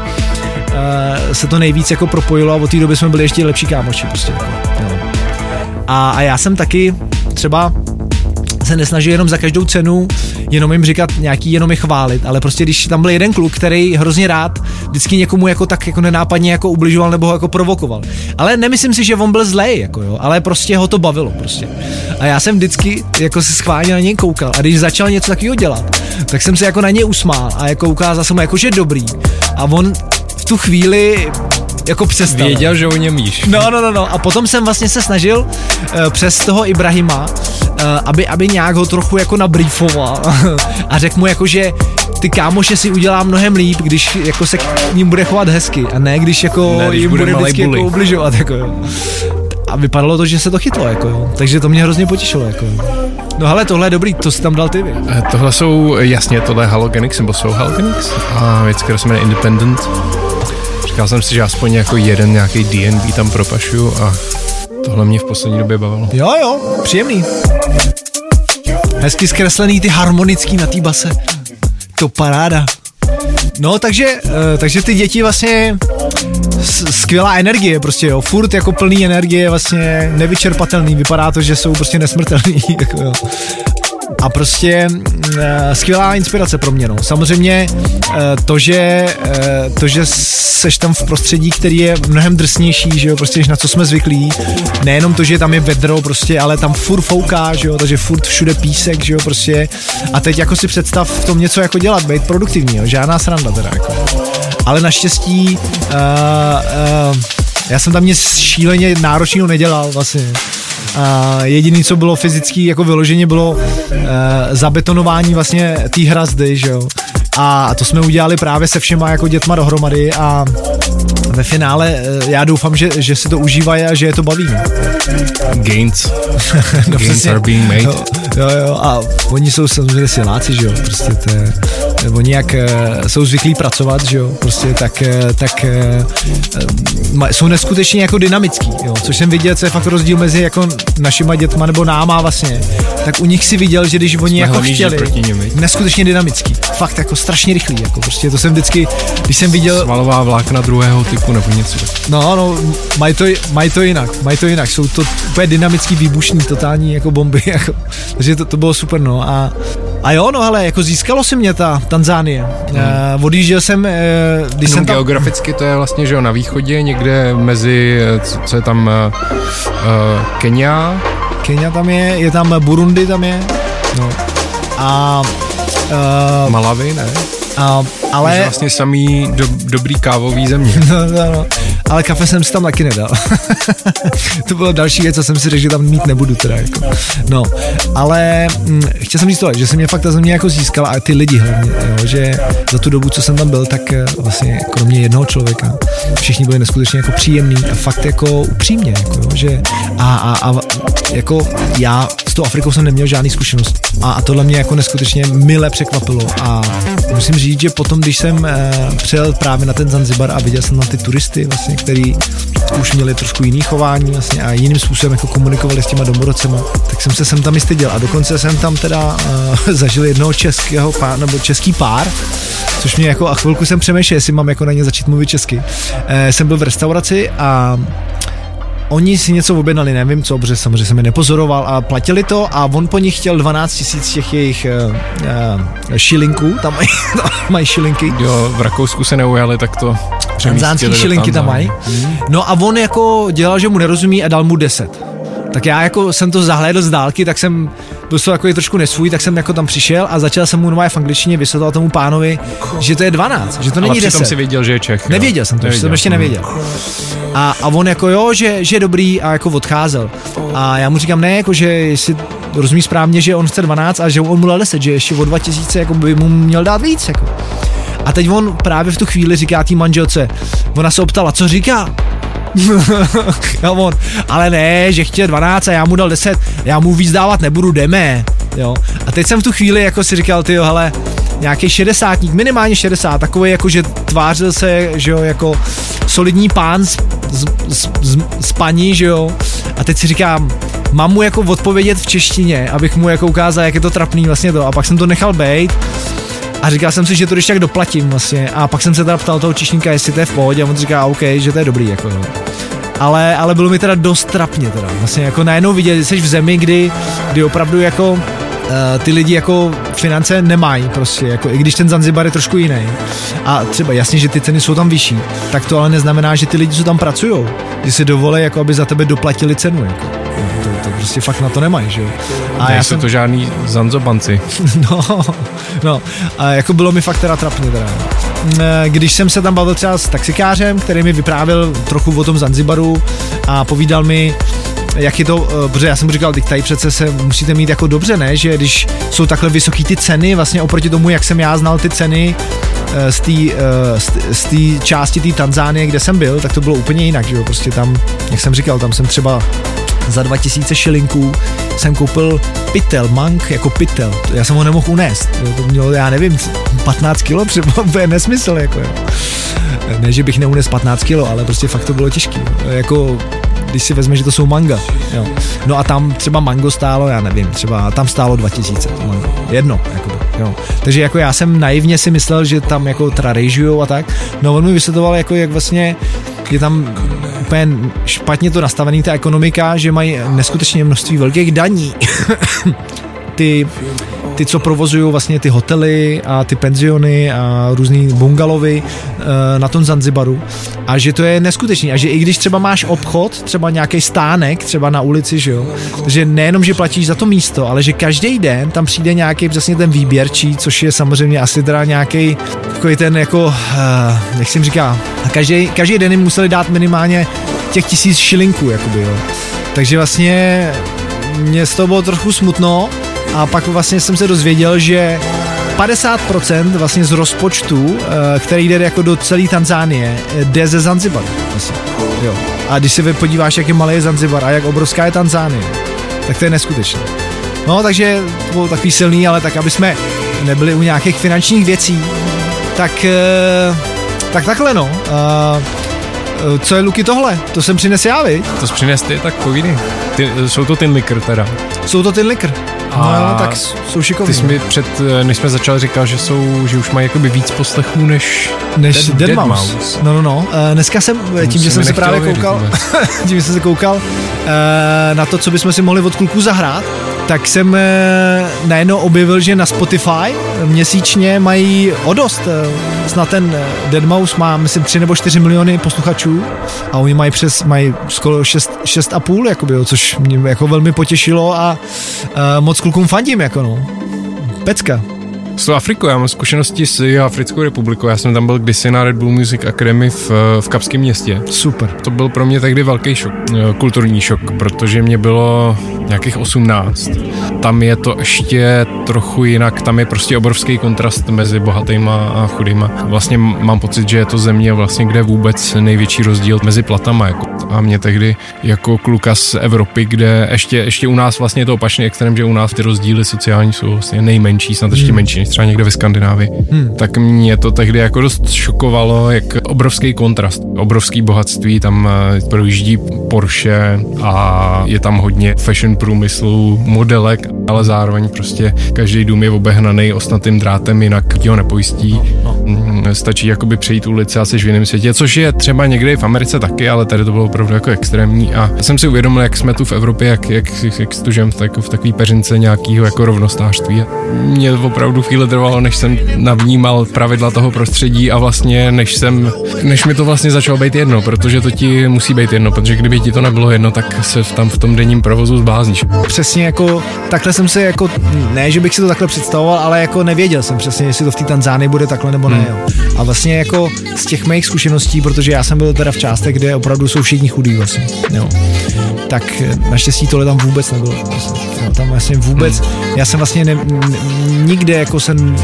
se to nejvíc jako propojilo a od té doby jsme byli ještě lepší kámoši prostě. No. A já jsem taky třeba se nesnažil jenom za každou cenu jenom jim říkat nějaký, jenom je chválit, ale prostě když tam byl jeden kluk, který hrozně rád vždycky někomu jako tak jako nenápadně jako ubližoval nebo ho jako provokoval. Ale nemyslím si, že on byl zlej, jako jo, ale prostě ho to bavilo prostě. A já jsem vždycky jako se schválně na něj koukal a když začal něco takového dělat, tak jsem se jako na něj usmál a jako ukázal jsem mu jako, že dobrý. A on v tu chvíli jako přestal. Věděl, že o něm víš. No. A potom jsem vlastně se snažil přes toho Ibrahima, aby nějak ho trochu jako nabriefoval a řekl mu jako, že ty kámoše si udělá mnohem líp, když jako se k ním bude chovat hezky a ne když jako jim bude vždycky jako ubližovat, jako jo. A vypadalo to, že se to chytlo, jako jo. Takže to mě hrozně potěšilo, jako jo. No hele, tohle je dobrý, to si tam dal ty, vy. Tohle jsou, jasně, tohle je Halogenix, nebo jsou Halogenix a věc, která se jmenuje Independent. Říkal jsem si, že aspoň jako jeden nějaký D&B tam propašuju a tohle mě v poslední době bavilo. Jo, příjemný. Hezky zkreslený ty harmonický na té base. To paráda. No, takže ty děti vlastně skvělá energie prostě, jo. Furt jako plný energie, vlastně nevyčerpatelný. Vypadá to, že jsou prostě nesmrtelný, jako jo. A prostě skvělá inspirace pro mě, no. Samozřejmě to, že seš tam v prostředí, který je mnohem drsnější, že jo, prostě na co jsme zvyklí. Nejenom to, že tam je vedro prostě, ale tam furt fouká, že jo, takže furt všude písek, že jo, prostě. A teď jako si představ v tom něco jako dělat, být produktivní, jo, žádná sranda teda, jako. Ale naštěstí já jsem tam nic šíleně náročného nedělal vlastně. Jediný, co bylo fyzický jako vyloženě, bylo zabetonování vlastně té hrazdy, že jo. A to jsme udělali právě se všema jako dětma dohromady a ve finále já doufám, že si to užívají a že je to baví. Gains. No, Gains are being made. Jo, a oni jsou samozřejmě siláci, že jo, prostě oni jak jsou zvyklí pracovat, že jo, prostě tak jsou neskutečně jako dynamický, jo, což jsem viděl, co je fakt rozdíl mezi jako našima dětma nebo náma vlastně, tak u nich si viděl, že když oni jako chtěli, neskutečně dynamický, fakt jako strašně rychlý, jako prostě to jsem vždycky, když jsem viděl... Svalová vlákna druhého typu nebo něco. No, mají to jinak, jsou to úplně dynamický, výbušný, totální jako bomby, jako, takže to bylo super, no a jo, no hele, jako získalo si mě ta Tanzánie. Odjížděl jsem, když jsem tam... Geograficky to je vlastně, že jo, na východě, někde mezi, co je tam, Kenia tam je tam Burundi tam je, no. A... Malawi, ne? Ale... To vlastně samý dobrý kávový země. No. Ale kafe jsem si tam taky nedal. To bylo další věc, co jsem si řekl, že tam mít nebudu teda jako. No, ale chtěl jsem říct to, že se mě fakt ta země jako získala a ty lidi hlavně, jo, že za tu dobu, co jsem tam byl, tak vlastně kromě jednoho člověka všichni byli neskutečně jako příjemný a fakt jako upřímně, jako jo, že a jako já s tou Afrikou jsem neměl žádný zkušenost a tohle mě jako neskutečně mile překvapilo a musím říct, že potom, když jsem přijel právě na ten Zanzibar a viděl jsem tam ty turisty vlastně, který už měli trošku jiný chování vlastně a jiným způsobem jako komunikovali s těma domorodcema, tak jsem se sem tam i styděl a dokonce jsem tam teda zažil jednoho český pár, což mě jako a chvilku jsem přemýšlel, jestli mám jako na ně začít mluvit česky. Jsem byl v restauraci a oni si něco objednali, nevím co, protože samozřejmě jsem je nepozoroval a platili to a on po nich chtěl 12 000 těch jejich šilinků, tam mají šilinky. Jo, v Rakousku se neujali, tak to tanzánský šilinky tam mají. No a on jako dělal, že mu nerozumí a dal mu 10. Tak já jako jsem to zahlédl z dálky, tak jsem byl jako trošku nesvůj, tak jsem jako tam přišel a začal jsem mu normálně v angličtině vysvětlovat tomu pánovi, že to je 12, že to není 10. Ale přitom si věděl, že je Čech. Nevěděl jsem to, jsem ještě nevěděl. A on jako jo, že je dobrý a jako odcházel. A já mu říkám ne, jako že jestli rozumí správně, že on chce 12 a že on mu dal 10, že ještě o 2000 jako by mu měl dát víc. Jako. A teď on právě v tu chvíli říká té manželce, ona se optala, co říká? A on, ale ne, že chtěl 12 a já mu dal 10, já mu víc dávat nebudu, jdeme, jo. A teď jsem v tu chvíli jako si říkal, tyjo, hele, nějaký 60, minimálně 60, takový jako, že tvářil se, že jo, jako solidní pán z paní, že jo. A teď si říkám, mám mu jako odpovědět v češtině, abych mu jako ukázal, jak je to trapný vlastně to. A pak jsem to nechal bejt. A říkal jsem si, že to když tak doplatím vlastně. A pak jsem se teda ptal toho číšníka, jestli to je v pohodě a on říká, OK, že to je dobrý, jako jo. Ale bylo mi teda dost trapně teda. Vlastně jako najednou vidět, že jsi v zemi, kdy opravdu jako ty lidi jako finance nemají prostě, jako i když ten Zanzibar je trošku jiný. A třeba jasně, že ty ceny jsou tam vyšší, tak to ale neznamená, že ty lidi, co tam pracujou, že si dovolí, jako aby za tebe doplatili cenu, jako. To prostě fakt na to nemají, že jo. A já jsem to žádný zanzobanci. No, a jako bylo mi fakt teda trapně teda. Když jsem se tam bavil třeba s taxikářem, který mi vyprávěl trochu o tom Zanzibaru a povídal mi, jak je to, protože já jsem mu říkal, teď tady přece se musíte mít jako dobře, ne, že když jsou takhle vysoký ty ceny, vlastně oproti tomu, jak jsem já znal ty ceny z té části té Tanzánie, kde jsem byl, tak to bylo úplně jinak, že jo, prostě tam, jak jsem říkal, tam jsem třeba za 2000 šilinků jsem koupil pytel, mank jako pytel, já jsem ho nemohl unést, to mělo, já nevím, 15 kilo třeba, úplně nesmysl, jako jo. Ne, že bych neunes 15 kilo, ale prostě fakt to bylo těžký, jako když si vezme, že to jsou manga, jo. No a tam třeba mango stálo, já nevím, třeba tam stálo 2000, to mango, jedno, jako, jo. Takže jako já jsem naivně si myslel, že tam jako teda rejžujou a tak, no on mi vysvětloval, jako jak vlastně je tam úplně špatně to nastavený, ta ekonomika, že mají neskutečně množství velkých daní. ty, co provozují vlastně ty hotely a ty penziony a různý bungalovy na tom Zanzibaru a že to je neskutečný a že i když třeba máš obchod, třeba nějaký stánek, třeba na ulici, že jo, že nejenom, že platíš za to místo, ale že každý den tam přijde nějaký přesně ten výběrčí, což je samozřejmě asi teda nějaký takový ten jako, jak jsem říká, každý den jim museli dát minimálně těch 1000 šilinků, jakoby, jo. Takže vlastně mě z toho bylo trochu smutno a pak vlastně jsem se dozvěděl, že 50% vlastně z rozpočtu, který jde jako do celé Tanzánie, jde ze Zanzibaru. Vlastně. Jo. A když se podíváš, jak je malý je Zanzibar a jak obrovská je Tanzánie, tak to je neskutečné. No, takže to bylo takový silný, ale tak, aby jsme nebyli u nějakých finančních věcí, tak takhle, no. Co je, Luky, tohle? To jsem přines já, viď? To jsi přines ty, tak povídej. Jsou to ten likr teda. Jsou to ten likr. No, tak jsou šikovní. Ty jsi mi než jsme začali říkal, že už mají jakoby víc poslechů než Deadmau5. No. Dneska jsem, tím, že jsem se právě koukal, na to, co bychom si mohli od kluků zahrát, tak jsem najednou objevil, že na Spotify měsíčně mají o dost. Snad ten Deadmau5 má, myslím, 3 nebo 4 miliony posluchačů a oni mají skoro 6,5, jakoby, což mě jako velmi potěšilo a moc klukům fandím, jako no. Pecka. S Afrikou, já mám zkušenosti s Jihoafrickou republikou, já jsem tam byl kdysi na Red Bull Music Academy v Kapském Městě. Super. To byl pro mě tehdy velký šok, kulturní šok, protože mě bylo nějakých 18. Tam je to ještě trochu jinak, tam je prostě obrovský kontrast mezi bohatýma a chudýma. Vlastně mám pocit, že je to země vlastně, kde vůbec největší rozdíl mezi platama. Jako. A mě tehdy jako kluka z Evropy, kde ještě u nás vlastně je to opačný extrém, že u nás ty rozdíly sociální jsou vlastně nejmenší, snad ještě menší než třeba někde ve Skandinávii. Tak mě to tehdy jako dost šokovalo, jak obrovský kontrast, obrovský bohatství, tam projíždí Porsche a je tam hodně fashion průmyslu, modelek, ale zároveň prostě každý dům je obehnaný ostnatým drátem, jinak ti ho nepojistí. Stačí jakoby přejít ulici a jsi v jiném světě, což je třeba někdy v Americe taky, ale tady to bylo opravdu jako extrémní a jsem si uvědomil, jak jsme tu v Evropě, jak stužem v takový peřince nějakého jako rovnostářství. Mě opravdu chvíli trvalo, než jsem navnímal pravidla toho prostředí a vlastně než mi to vlastně začalo být jedno, protože to ti musí být jedno, protože kdyby ti to nebylo jedno, tak se tam v tom denním provozu zblázníš. Přesně jako takhle jsem se jako, ne, že bych si to takhle představoval, ale jako nevěděl jsem přesně, jestli to v té Tanzánii bude takhle nebo ne. Jo. A vlastně jako z těch mých zkušeností, protože já jsem byl teda v částech, kde opravdu jsou všichni chudí vlastně, jo. Tak naštěstí tohle tam vůbec nebylo. Vlastně. Jo, tam vlastně vůbec, já jsem vlastně nikde jako jsem,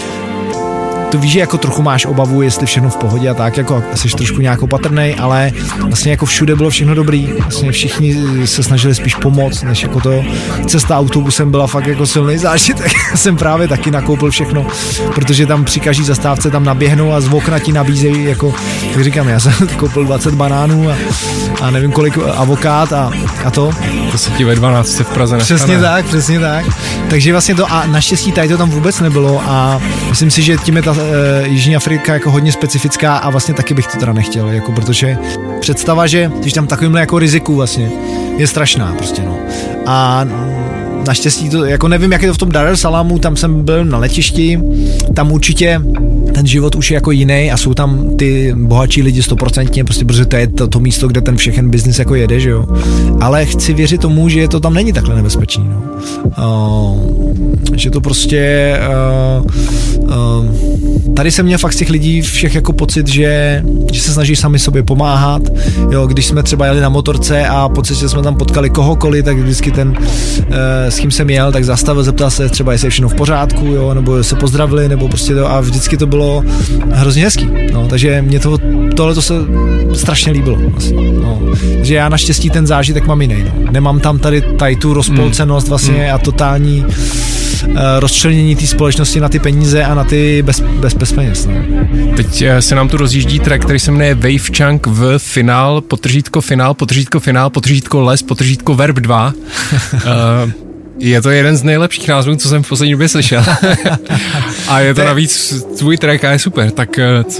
to víš, že jako trochu máš obavu, jestli všechno v pohodě a tak, jako jsi trošku nějak opatrnej, ale vlastně jako všude bylo všechno dobrý, vlastně všichni se snažili spíš pomoct, než jako to. Cesta autobusem byla fakt jako silný zážitek, jsem právě taky nakoupil všechno, protože tam při každý zastávce tam naběhnou a z okna ti nabízejí, jako, tak říkám, já jsem koupil 20 banánů a nevím kolik avokád a to. To se ti ve 12 v Praze nestane. Přesně tak. Takže vlastně to a naštěstí tady to tam vůbec nebylo a myslím si, že tím je ta Jižní Afrika jako hodně specifická a vlastně taky bych to teda nechtěl, jako protože představa, že když tam takovýmhle jako riziku vlastně je strašná prostě, no. A naštěstí to, jako nevím, jak je to v tom Dar es Salamu, tam jsem byl na letišti, tam určitě ten život už je jako jiný a jsou tam ty bohatší lidi 100%, prostě protože to je to místo, kde ten všechen biznis jako jede, že jo. Ale chci věřit tomu, že to tam není takhle nebezpečný, no. Že to prostě tady jsem měl fakt z těch lidí všech jako pocit, že se snaží sami sobě pomáhat, jo, když jsme třeba jeli na motorce a po cestě jsme tam potkali kohokoliv, tak vždycky ten, s kým jsem jel, tak zastavil, zeptal se třeba, jestli je všechno v pořádku, jo, nebo se pozdravili, nebo prostě to, a vždycky to bylo hrozně hezký, no, takže mě tohle to se strašně líbilo, asi, no. Takže já naštěstí ten zážitek mám jiný, no. Nemám tam tady tu rozpolcenost vlastně a totální rozčlenění té společnosti na ty peníze a na ty bez peněz. Ne? Teď se nám tu rozjíždí track, který se jmenuje Wave Chunk v finál, potržítko les, potržítko verb 2. Je to jeden z nejlepších názvů, co jsem v poslední době slyšel. A je to navíc tvůj track a je super, tak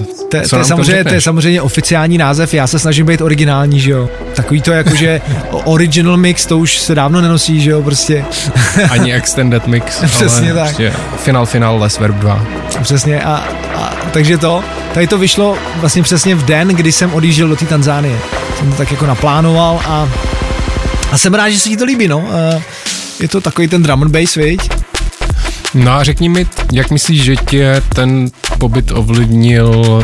to je samozřejmě oficiální název, já se snažím být originální, že jo. Takový to jako, že original mix, to už se dávno nenosí, že jo, prostě. Ani extended mix. Přesně tak. Prostě finál, les, verb 2. Přesně a takže tady to vyšlo vlastně přesně v den, kdy jsem odjížděl do té Tanzánie. Jsem to tak jako naplánoval a jsem rád, že se ti to líbí, no. Je to takový ten drum and bass, viď? No a řekni mi, jak myslíš, že tě ten pobyt ovlivnil,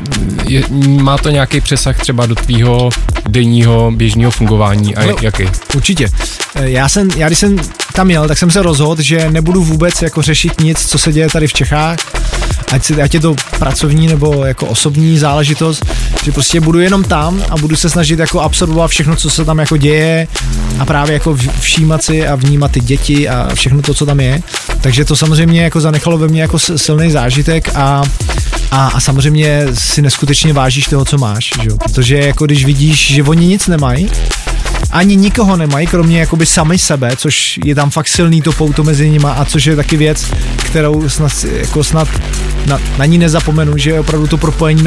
má to nějaký přesah třeba do tvýho denního běžného fungování a jaký? Určitě. Já když jsem tam jel, tak jsem se rozhodl, že nebudu vůbec jako řešit nic, co se děje tady v Čechách, ať je to pracovní nebo jako osobní záležitost, že prostě budu jenom tam a budu se snažit jako absorbovat všechno, co se tam jako děje a právě jako všímat si a vnímat ty děti a všechno to, co tam je. Takže to samozřejmě jako zanechalo ve mně jako silný zážitek a samozřejmě si neskutečně vážíš toho, co máš, že jo? Protože jako když vidíš, že oni nic nemají, ani nikoho nemají, kromě jakoby sami sebe, což je tam fakt silný to pouto mezi nima a což je taky věc, kterou snad na ní nezapomenu, že opravdu to propojení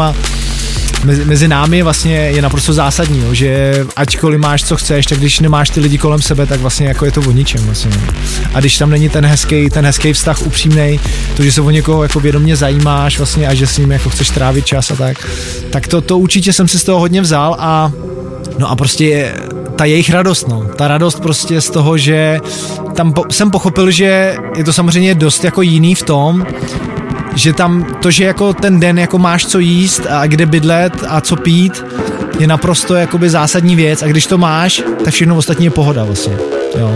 mezi námi vlastně je naprosto zásadní, jo, že ačkoliv máš co chceš, tak když nemáš ty lidi kolem sebe, tak vlastně jako je to o ničem vlastně. A když tam není ten hezký vztah upřímnej, to, že se o někoho jako vědomě zajímáš vlastně a že s ním jako chceš trávit čas a tak to určitě jsem si z toho hodně vzal a no a prostě ta jejich radost, no. Ta radost prostě z toho, že tam jsem pochopil, že je to samozřejmě dost jako jiný v tom, že tam to, že jako ten den jako máš co jíst a kde bydlet a co pít, je naprosto jakoby zásadní věc a když to máš, tak všechno ostatní je pohoda vlastně, jo.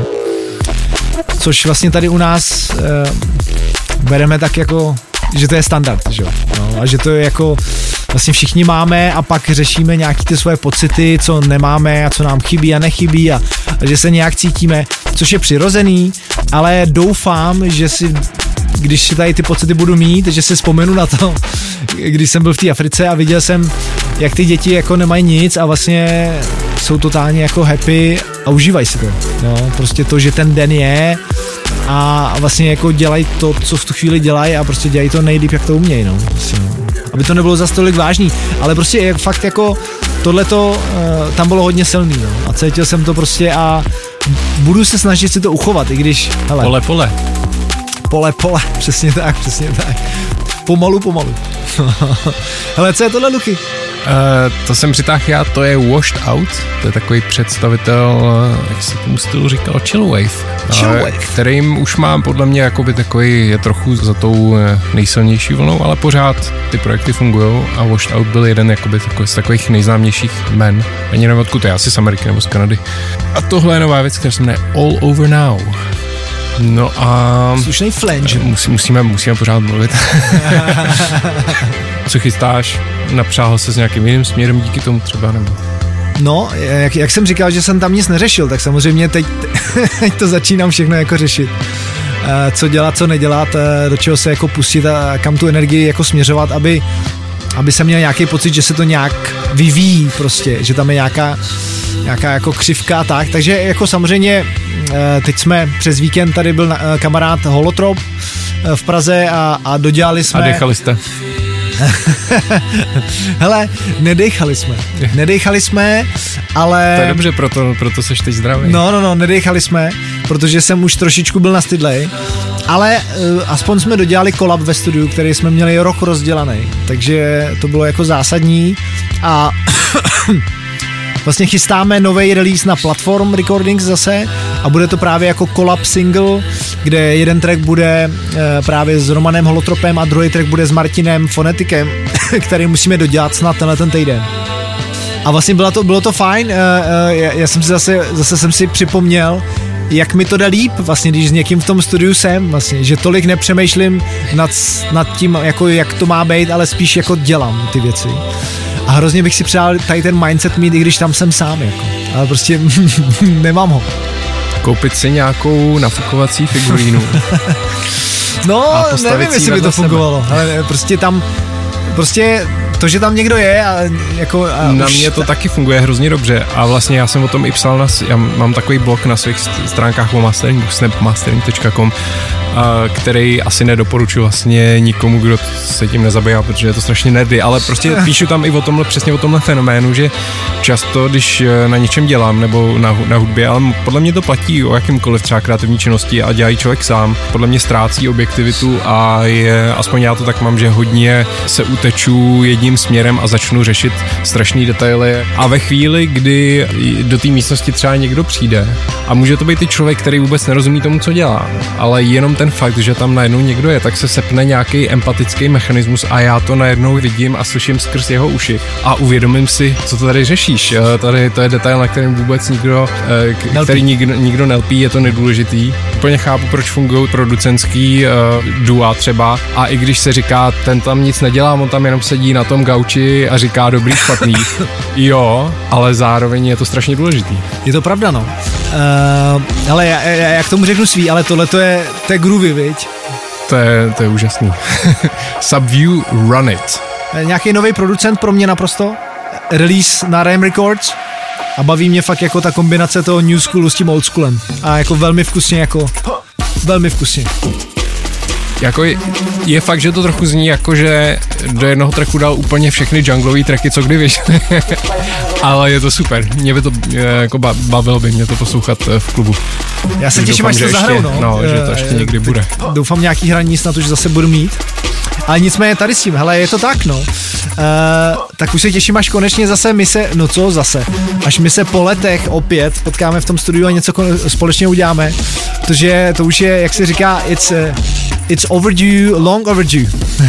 Což vlastně tady u nás bereme tak jako, že to je standard, že jo. No, a že to je jako vlastně všichni máme a pak řešíme nějaký ty svoje pocity, co nemáme a co nám chybí a nechybí a že se nějak cítíme, což je přirozený, ale doufám, že když si tady ty pocity budu mít, že si vzpomenu na to, když jsem byl v té Africe a viděl jsem, jak ty děti jako nemají nic a vlastně jsou totálně jako happy a užívají si to. No, prostě to, že ten den je a vlastně jako dělají to, co v tu chvíli dělají a prostě dělají to nejlíp, jak to umějí, no. Prostě, no. Aby to nebylo zas tolik vážný, ale prostě fakt jako tohleto tam bylo hodně silný, no. A cítil jsem to prostě a budu se snažit si to uchovat, i když, hele. Pole, přesně tak. Pomalu. Hele, co je tohle, Luky? To jsem přitáhl já, to je Washed Out, to je takový představitel, jak se tomu stylu říkal, Chillwave, kterým už mám podle mě jakoby takový, je trochu za tou nejsilnější vlnou, ale pořád ty projekty fungujou a Washed Out byl jeden jakoby z takových nejznámějších men, ani nevím odkud je, asi z Ameriky nebo z Kanady. A tohle je nová věc, která se jmenuje All Over Now. No a... Slušnej flange. Musíme pořád mluvit. Co chystáš? Napřáhl se s nějakým jiným směrem díky tomu třeba, nebo? No, jak jsem říkal, že jsem tam nic neřešil, tak samozřejmě teď to začínám všechno jako řešit. Co dělat, co nedělat, do čeho se jako pustit a kam tu energii jako směřovat, aby jsem měl nějaký pocit, že se to nějak vyvíjí prostě, že tam je nějaká jako křivka tak, takže jako samozřejmě teď jsme přes víkend, tady byl kamarád Holotrop v Praze a dodělali jsme... A dechali jste? Hele, nedechali jsme, ale... To je dobře, proto seš teď zdravý. No, nedechali jsme, protože jsem už trošičku byl nastydlej, ale aspoň jsme dodělali kolab ve studiu, který jsme měli rok rozdělaný, takže to bylo jako zásadní a vlastně chystáme nový release na Platform Recordings zase a bude to právě jako collab single, kde jeden track bude právě s Romanem Holotropem a druhý track bude s Martinem Fonetikem, který musíme dodělat snad ten týden. A vlastně bylo to fajn, já jsem si zase jsem si připomněl, jak mi to jde líp, vlastně, když s někým v tom studiu jsem, vlastně, že tolik nepřemýšlím nad tím, jako jak to má být, ale spíš jako dělám ty věci. A hrozně bych si přál tady ten mindset mít, i když tam jsem sám, jako. Ale prostě nemám ho. Koupit si nějakou nafukovací figurínu. No, nevím, jestli by to fungovalo, ale prostě to, že tam někdo je a jako... A na mě to taky funguje hrozně dobře a vlastně já jsem o tom i psal, já mám takový blog na svých stránkách o masteringu, snapmastering.com, který asi nedoporučuji vlastně nikomu, kdo se tím nezabývá, protože je to strašně nerdy, ale prostě píšu tam i o tomhle, přesně o tomhle fenoménu, že často, když na něčem dělám nebo na hudbě, ale podle mě to platí o jakýmkoliv třeba kreativní činnosti a dělají člověk sám, podle mě ztrácí objektivitu a aspoň já to tak mám, že hodně se uteču jedním směrem a začnu řešit strašný detaily a ve chvíli, kdy do té místnosti třeba někdo přijde a může to být i člověk, který vůbec nerozumí tomu, co dělá, ale jenom ten fakt, že tam najednou někdo je, tak se sepne nějaký empatický mechanismus a já to najednou vidím a slyším skrz jeho uši a uvědomím si, co to tady řešíš. Tady to je detail, na kterém vůbec nikdo nelpí, je to nedůležitý. Úplně chápu, proč fungují producentský dua třeba a i když se říká, ten tam nic nedělá, on tam jenom sedí na tom gauči a říká dobrý, špatný. Jo, ale zároveň je to strašně důležitý. Je to pravda, no. Ale já k tomu řeknu svý, ale tohle to je groovy, viď? To je úžasný. Subview Run It. Nějaký nový producent pro mě naprosto. Release na Ram Records a baví mě fakt jako ta kombinace toho new schoolu s tím old schoolem. A jako velmi vkusně. Jako je fakt, že to trochu zní jako, že do jednoho tracku dal úplně všechny junglový tracky, co kdy vyšly. Ale je to super. Mě by to jako bavilo by mě to poslouchat v klubu. Já se těším, až to zahraju, že to ještě někdy bude. Doufám nějaký hraní, snad už zase budu mít. Ale nicméně tady s tím, hele, je to tak, no. Tak už se těším, až konečně zase až my se po letech opět potkáme v tom studiu a něco společně uděláme, protože to už je, jak se říká, it's overdue, long overdue.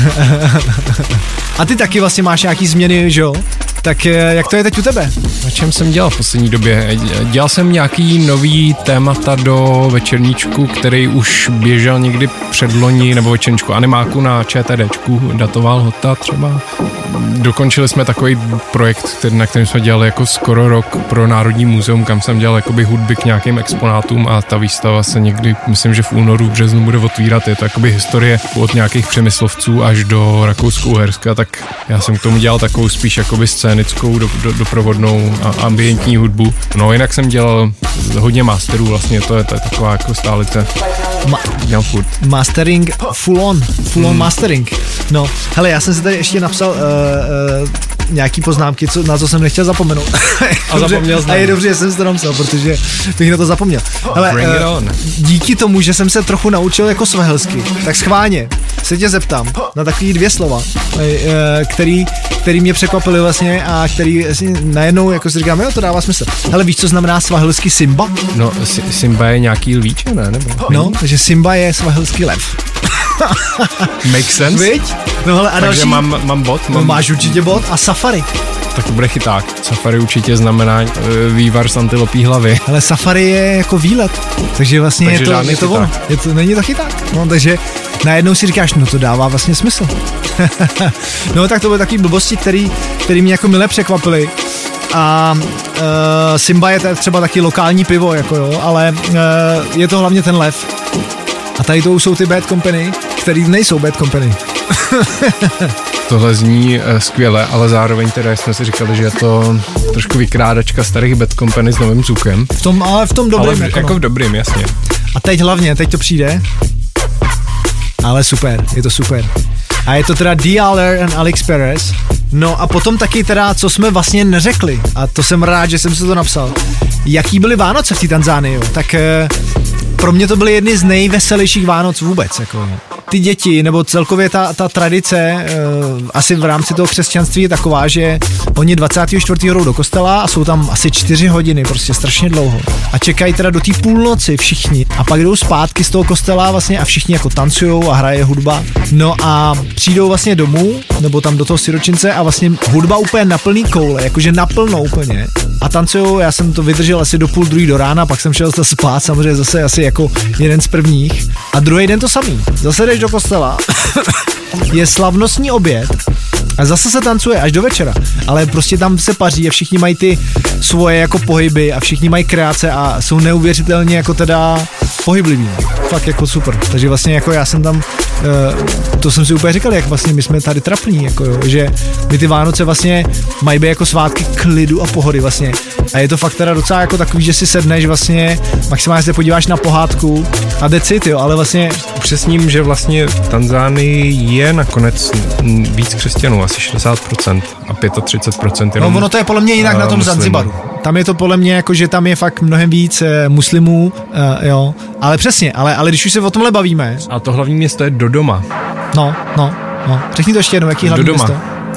A ty taky vlastně máš nějaký změny, že jo? Tak jak to je teď u tebe? Na čem jsem dělal v poslední době? Dělal jsem nějaký nový témata do večerníčku, který už běžel někdy předloni, nebo večerníčku animáku na ČTDčku, datoval Hota třeba. Dokončili jsme takový projekt, na kterém jsme dělali jako skoro rok pro Národní muzeum, kam jsem dělal jakoby hudby k nějakým exponátům a ta výstava se někdy, myslím, že v únoru, v březnu bude otvírat. Je to jakoby historie od nějakých přemyslovců až do Rakousko-Uherska, tak já jsem k tomu dělal takovou spíš jakoby scénickou, doprovodnou a ambientní hudbu. No jinak jsem dělal hodně masterů vlastně, to je taková jako stálice. Dělám furt. Mastering, full on mastering. No, hele, já jsem si tady ještě napsal nějaký poznámky, na co jsem nechtěl zapomenout. A zapomněl jsem. A je dobře, že jsem si to napsal, protože bych na to zapomněl. Hele, díky tomu, že jsem se trochu naučil jako svahilsky, tak schválně se tě zeptám na takový 2 slova, který mě překvapily vlastně a který najednou, jako si říkám, jo, to dává smysl. Hele, víš, co znamená svahilsky Simba? No, Simba je nějaký lvíče, ne? Nebo? No, takže Simba je svahilský lev. Make sense? Viď? No hele, a takže další... mám bot. Máš určitě bot a safari. Tak to bude chyták. Safari určitě znamená vývar z antilopí hlavy. Ale safari je jako výlet, takže vlastně je to ono. Není to chyták. No, takže najednou si říkáš, no to dává vlastně smysl. No tak to byly takový blbosti, který mě jako mile překvapily. A Simba je třeba taky lokální pivo, jako jo, ale je to hlavně ten lev. A tady to jsou ty Bad Company, který nejsou Bad Company. Tohle zní skvěle, ale zároveň teda jsme si říkali, že je to trošku vykrádačka starých Bad Company s novým zvukem. V tom dobrým. Jako v dobrým, jasně. A teď to přijde. Ale super, je to super. A je to teda Dee Aller and Alex Perez. No a potom taky teda, co jsme vlastně neřekli, a to jsem rád, že jsem si to napsal, jaký byly Vánoce v té Tanzánii, jo. Tak pro mě to byly jedny z nejveselějších Vánoc vůbec, jako ty děti, nebo celkově ta tradice asi v rámci toho křesťanství je taková, že oni 24. jdou do kostela a jsou tam asi 4 hodiny, prostě strašně dlouho. A čekají teda do té půlnoci všichni a pak jdou zpátky z toho kostela vlastně a všichni jako tancujou a hraje hudba. No a přijdou vlastně domů, nebo tam do toho siročince a vlastně hudba úplně na plný koule, jakože naplno úplně. A tancujou, já jsem to vydržel asi do 1:30 do rána, pak jsem šel spát, samozřejmě zase asi jako jeden z prvních. A druhý den to samý. Zase jdeš do kostela, je slavnostní oběd a zase se tancuje až do večera, ale prostě tam se paří a všichni mají ty svoje jako pohyby a všichni mají kreace a jsou neuvěřitelně jako teda pohybliví. Fakt jako super. Takže vlastně jako já jsem tam, to jsem si úplně říkal, jak vlastně my jsme tady trapní, jako jo, že my ty Vánoce vlastně mají být jako svátky klidu a pohody vlastně. A je to fakt teda docela jako takový, že si sedneš vlastně, maximálně se podíváš na pohádku a decit, jo, ale vlastně... Upřesním, že vlastně v Tanzánii je nakonec víc křesťanů, asi 60% a 35% jenom... No ono to je podle mě jinak na tom Zanzibaru. Tam je to podle mě jako, že tam je fakt mnohem víc muslimů, jo, ale přesně, ale když už se o tomhle bavíme... A to hlavní město je Dodoma. No. Řekni to ještě jednou, jaký hlavní město?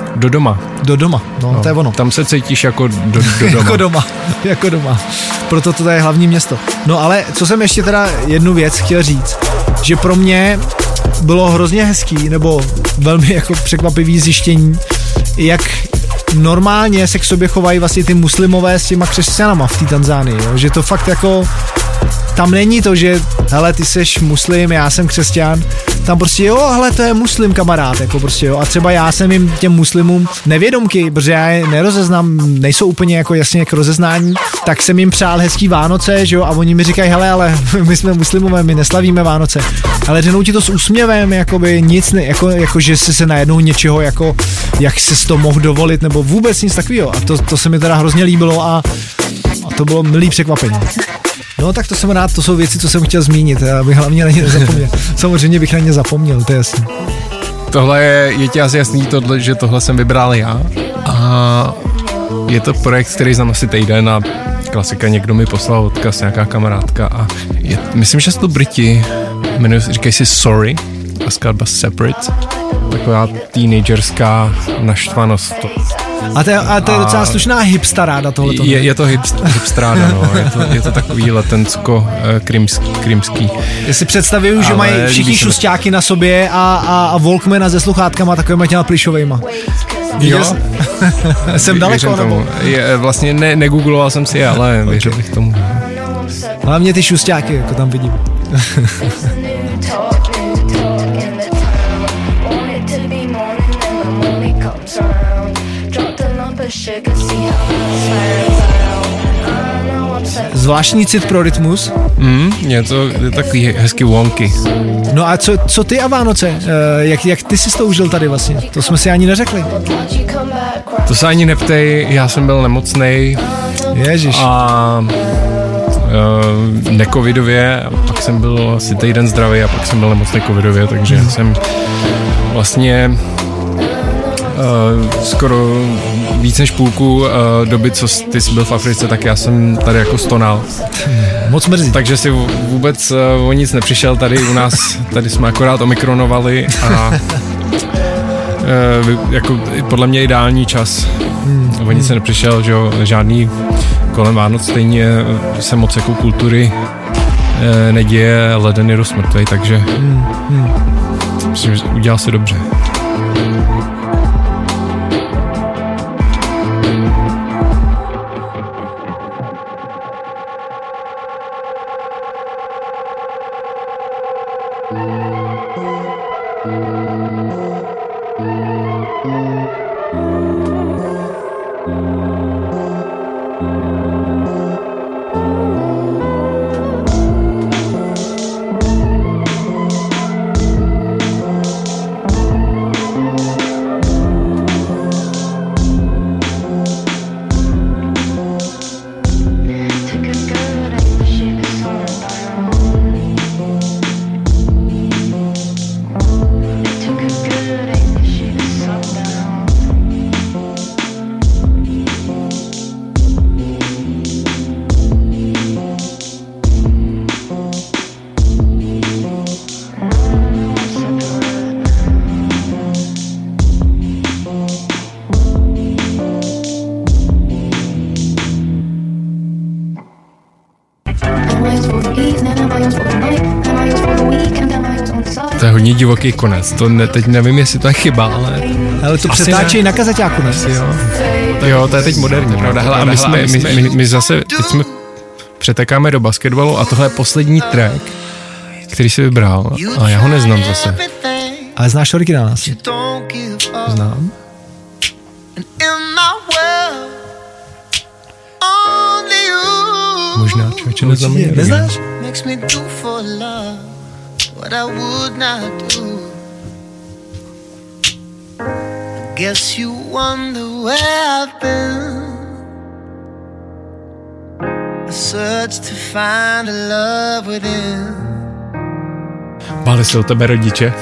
Dodoma, no, to je ono. Tam se cítíš jako doma. jako doma. Proto to je hlavní město. No ale co jsem ještě teda jednu věc chtěl říct, že pro mě bylo hrozně hezký, nebo velmi jako překvapivý zjištění, jak normálně se k sobě chovají vlastně ty muslimové s těma křesťanama v té Tanzánii, jo? Že to fakt jako tam není to, že hele, ty seš muslim, já jsem křesťan, tam prostě jo, hele, to je muslim kamarád, jako prostě jo, a třeba já jsem jim těm muslimům nevědomky, protože já je nerozeznám, nejsou úplně jako jasně jako rozeznání, tak jsem jim přál hezký Vánoce, že jo, a oni mi říkají, hele, ale my jsme muslimové, my neslavíme Vánoce, ale řeknou ti to s úsměvem, jakoby nic, jako že jsi se najednou něčeho, jako jak jsi to mohl dovolit, nebo vůbec nic takového, a to se mi teda hrozně líbilo a to bylo milý překvapení. No tak to jsem rád, to jsou věci, co jsem chtěl zmínit, abych hlavně na ně nezapomněl. Samozřejmě bych na ně zapomněl, to je jasný. Tohle je ti asi jasný, že tohle jsem vybral já a je to projekt, který znám asi týden a klasika, někdo mi poslal odkaz, nějaká kamarádka a myslím, že jsou to Briti, říkají si Sorry a skladba Separate, taková teenagerská naštvanost. A to je docela slušná hipstaráda tohleto. Je to hipstráda, no. Je to takový letensko-krymský. Já si představuju, že mají všichni šusťáky na sobě a Walkmana se sluchátkama takovýma těma plišovejma. Jo? Jsem daleko, nebo? Vlastně negoogloval jsem si je, ale věřil bych tomu. Hlavně ty šusťáky, jako tam vidím. Zvláštní cit pro rytmus. Je to takový hezký wonky. No a co ty a Vánoce? Jak ty jsi to užil tady vlastně? To jsme si ani neřekli. To se ani neptej, já jsem byl nemocnej. Ježiš. A necovidově, a pak jsem byl asi týden zdravý a pak jsem byl nemocnej covidově, takže jsem vlastně skoro víc než půlku doby, co ty jsi byl v Africe, tak já jsem tady jako stonal. Moc mrzí. Takže si vůbec o nic nepřišel tady u nás, tady jsme akorát omikronovali a jako podle mě ideální čas. O nic se nepřišel, že jo, žádný kolem Vánoc, stejně se moc jako kultury neděje, leden je dost mrtvej, takže myslím, že udělal se dobře. To je hodně divoký konec, to teď nevím, jestli to je chyba, ale to přetáčejí na kazeťáku, ne? Jo, to je teď moderní, pravda. Hele, a my zase, teď jsme přetekáme do basketbalu a tohle je poslední track, který jsi vybral a já ho neznám zase. Ale znáš originál asi? Znám. Možná, člověče, neznám. Neznáš? Guess you wonder where I've been. I search to find a love within. Báli se o tebe rodiče?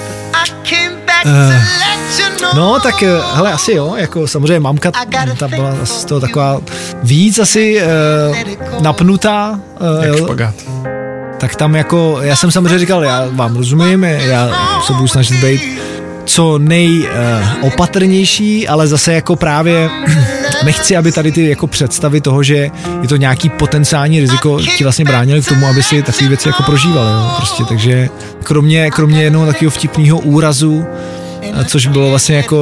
No, tak hele, asi jo, jako samozřejmě mamka, ta byla z toho taková víc asi napnutá. Jak špagát. Tak tam jako, já jsem samozřejmě říkal, já vám rozumím, já se budu snažit být co nejopatrnější, ale zase jako právě nechci, aby tady ty jako představy toho, že je to nějaký potenciální riziko, ti vlastně bránili k tomu, aby si takové věci jako prožívali, jo, prostě, takže kromě jednoho takového vtipného úrazu, což bylo vlastně jako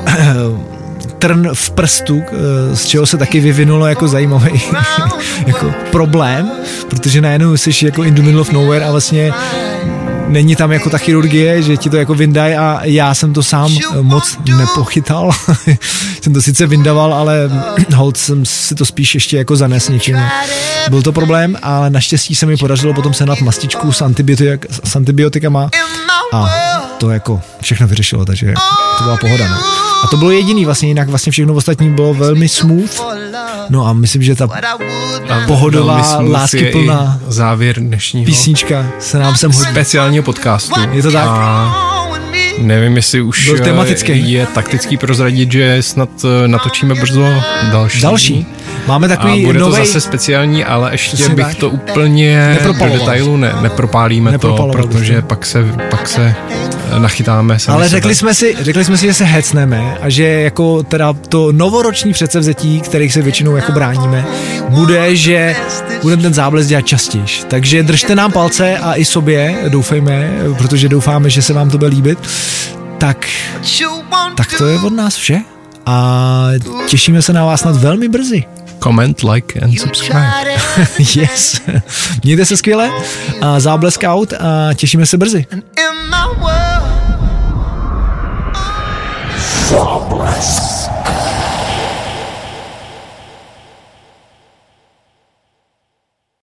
trn v prstu, z čeho se taky vyvinulo jako zajímavý jako problém, protože najednou jsi jako in the middle of nowhere a vlastně není tam jako ta chirurgie, že ti to jako vyndají a já jsem to sám moc nepochytal. Jsem to sice vyndaval, ale hold jsem si to spíš ještě jako zanes něčím. Byl to problém, ale naštěstí se mi podařilo potom sehnat mastičku s antibiotikama a to jako všechno vyřešilo, takže to byla pohoda. Ne? A to bylo jediný vlastně, jinak vlastně všechno ostatní bylo velmi smooth. No a myslím, že ta pohodová, láskyplná závěr dnešního písnička se nám sem hodí. Speciálního podcastu. Je to tak? A nevím, jestli už je taktický prozradit, že snad natočíme brzo další. Máme takový a bude novej... to zase speciální, ale ještě bych to úplně do detailu nepropálíme to, protože pak se nachytáme sami. Ale řekli jsme si, že se hecneme a že jako teda to novoroční předsevzetí, kterých se většinou jako bráníme, bude, že budeme ten záblesk dělat častěji. Takže držte nám palce a i sobě, doufejme, protože doufáme, že se vám to bude líbit. Tak to je od nás vše a těšíme se na vás snad velmi brzy. Comment, like and subscribe. Yes. Mějte se skvěle a záblesk out a těšíme se brzy. Záblesk.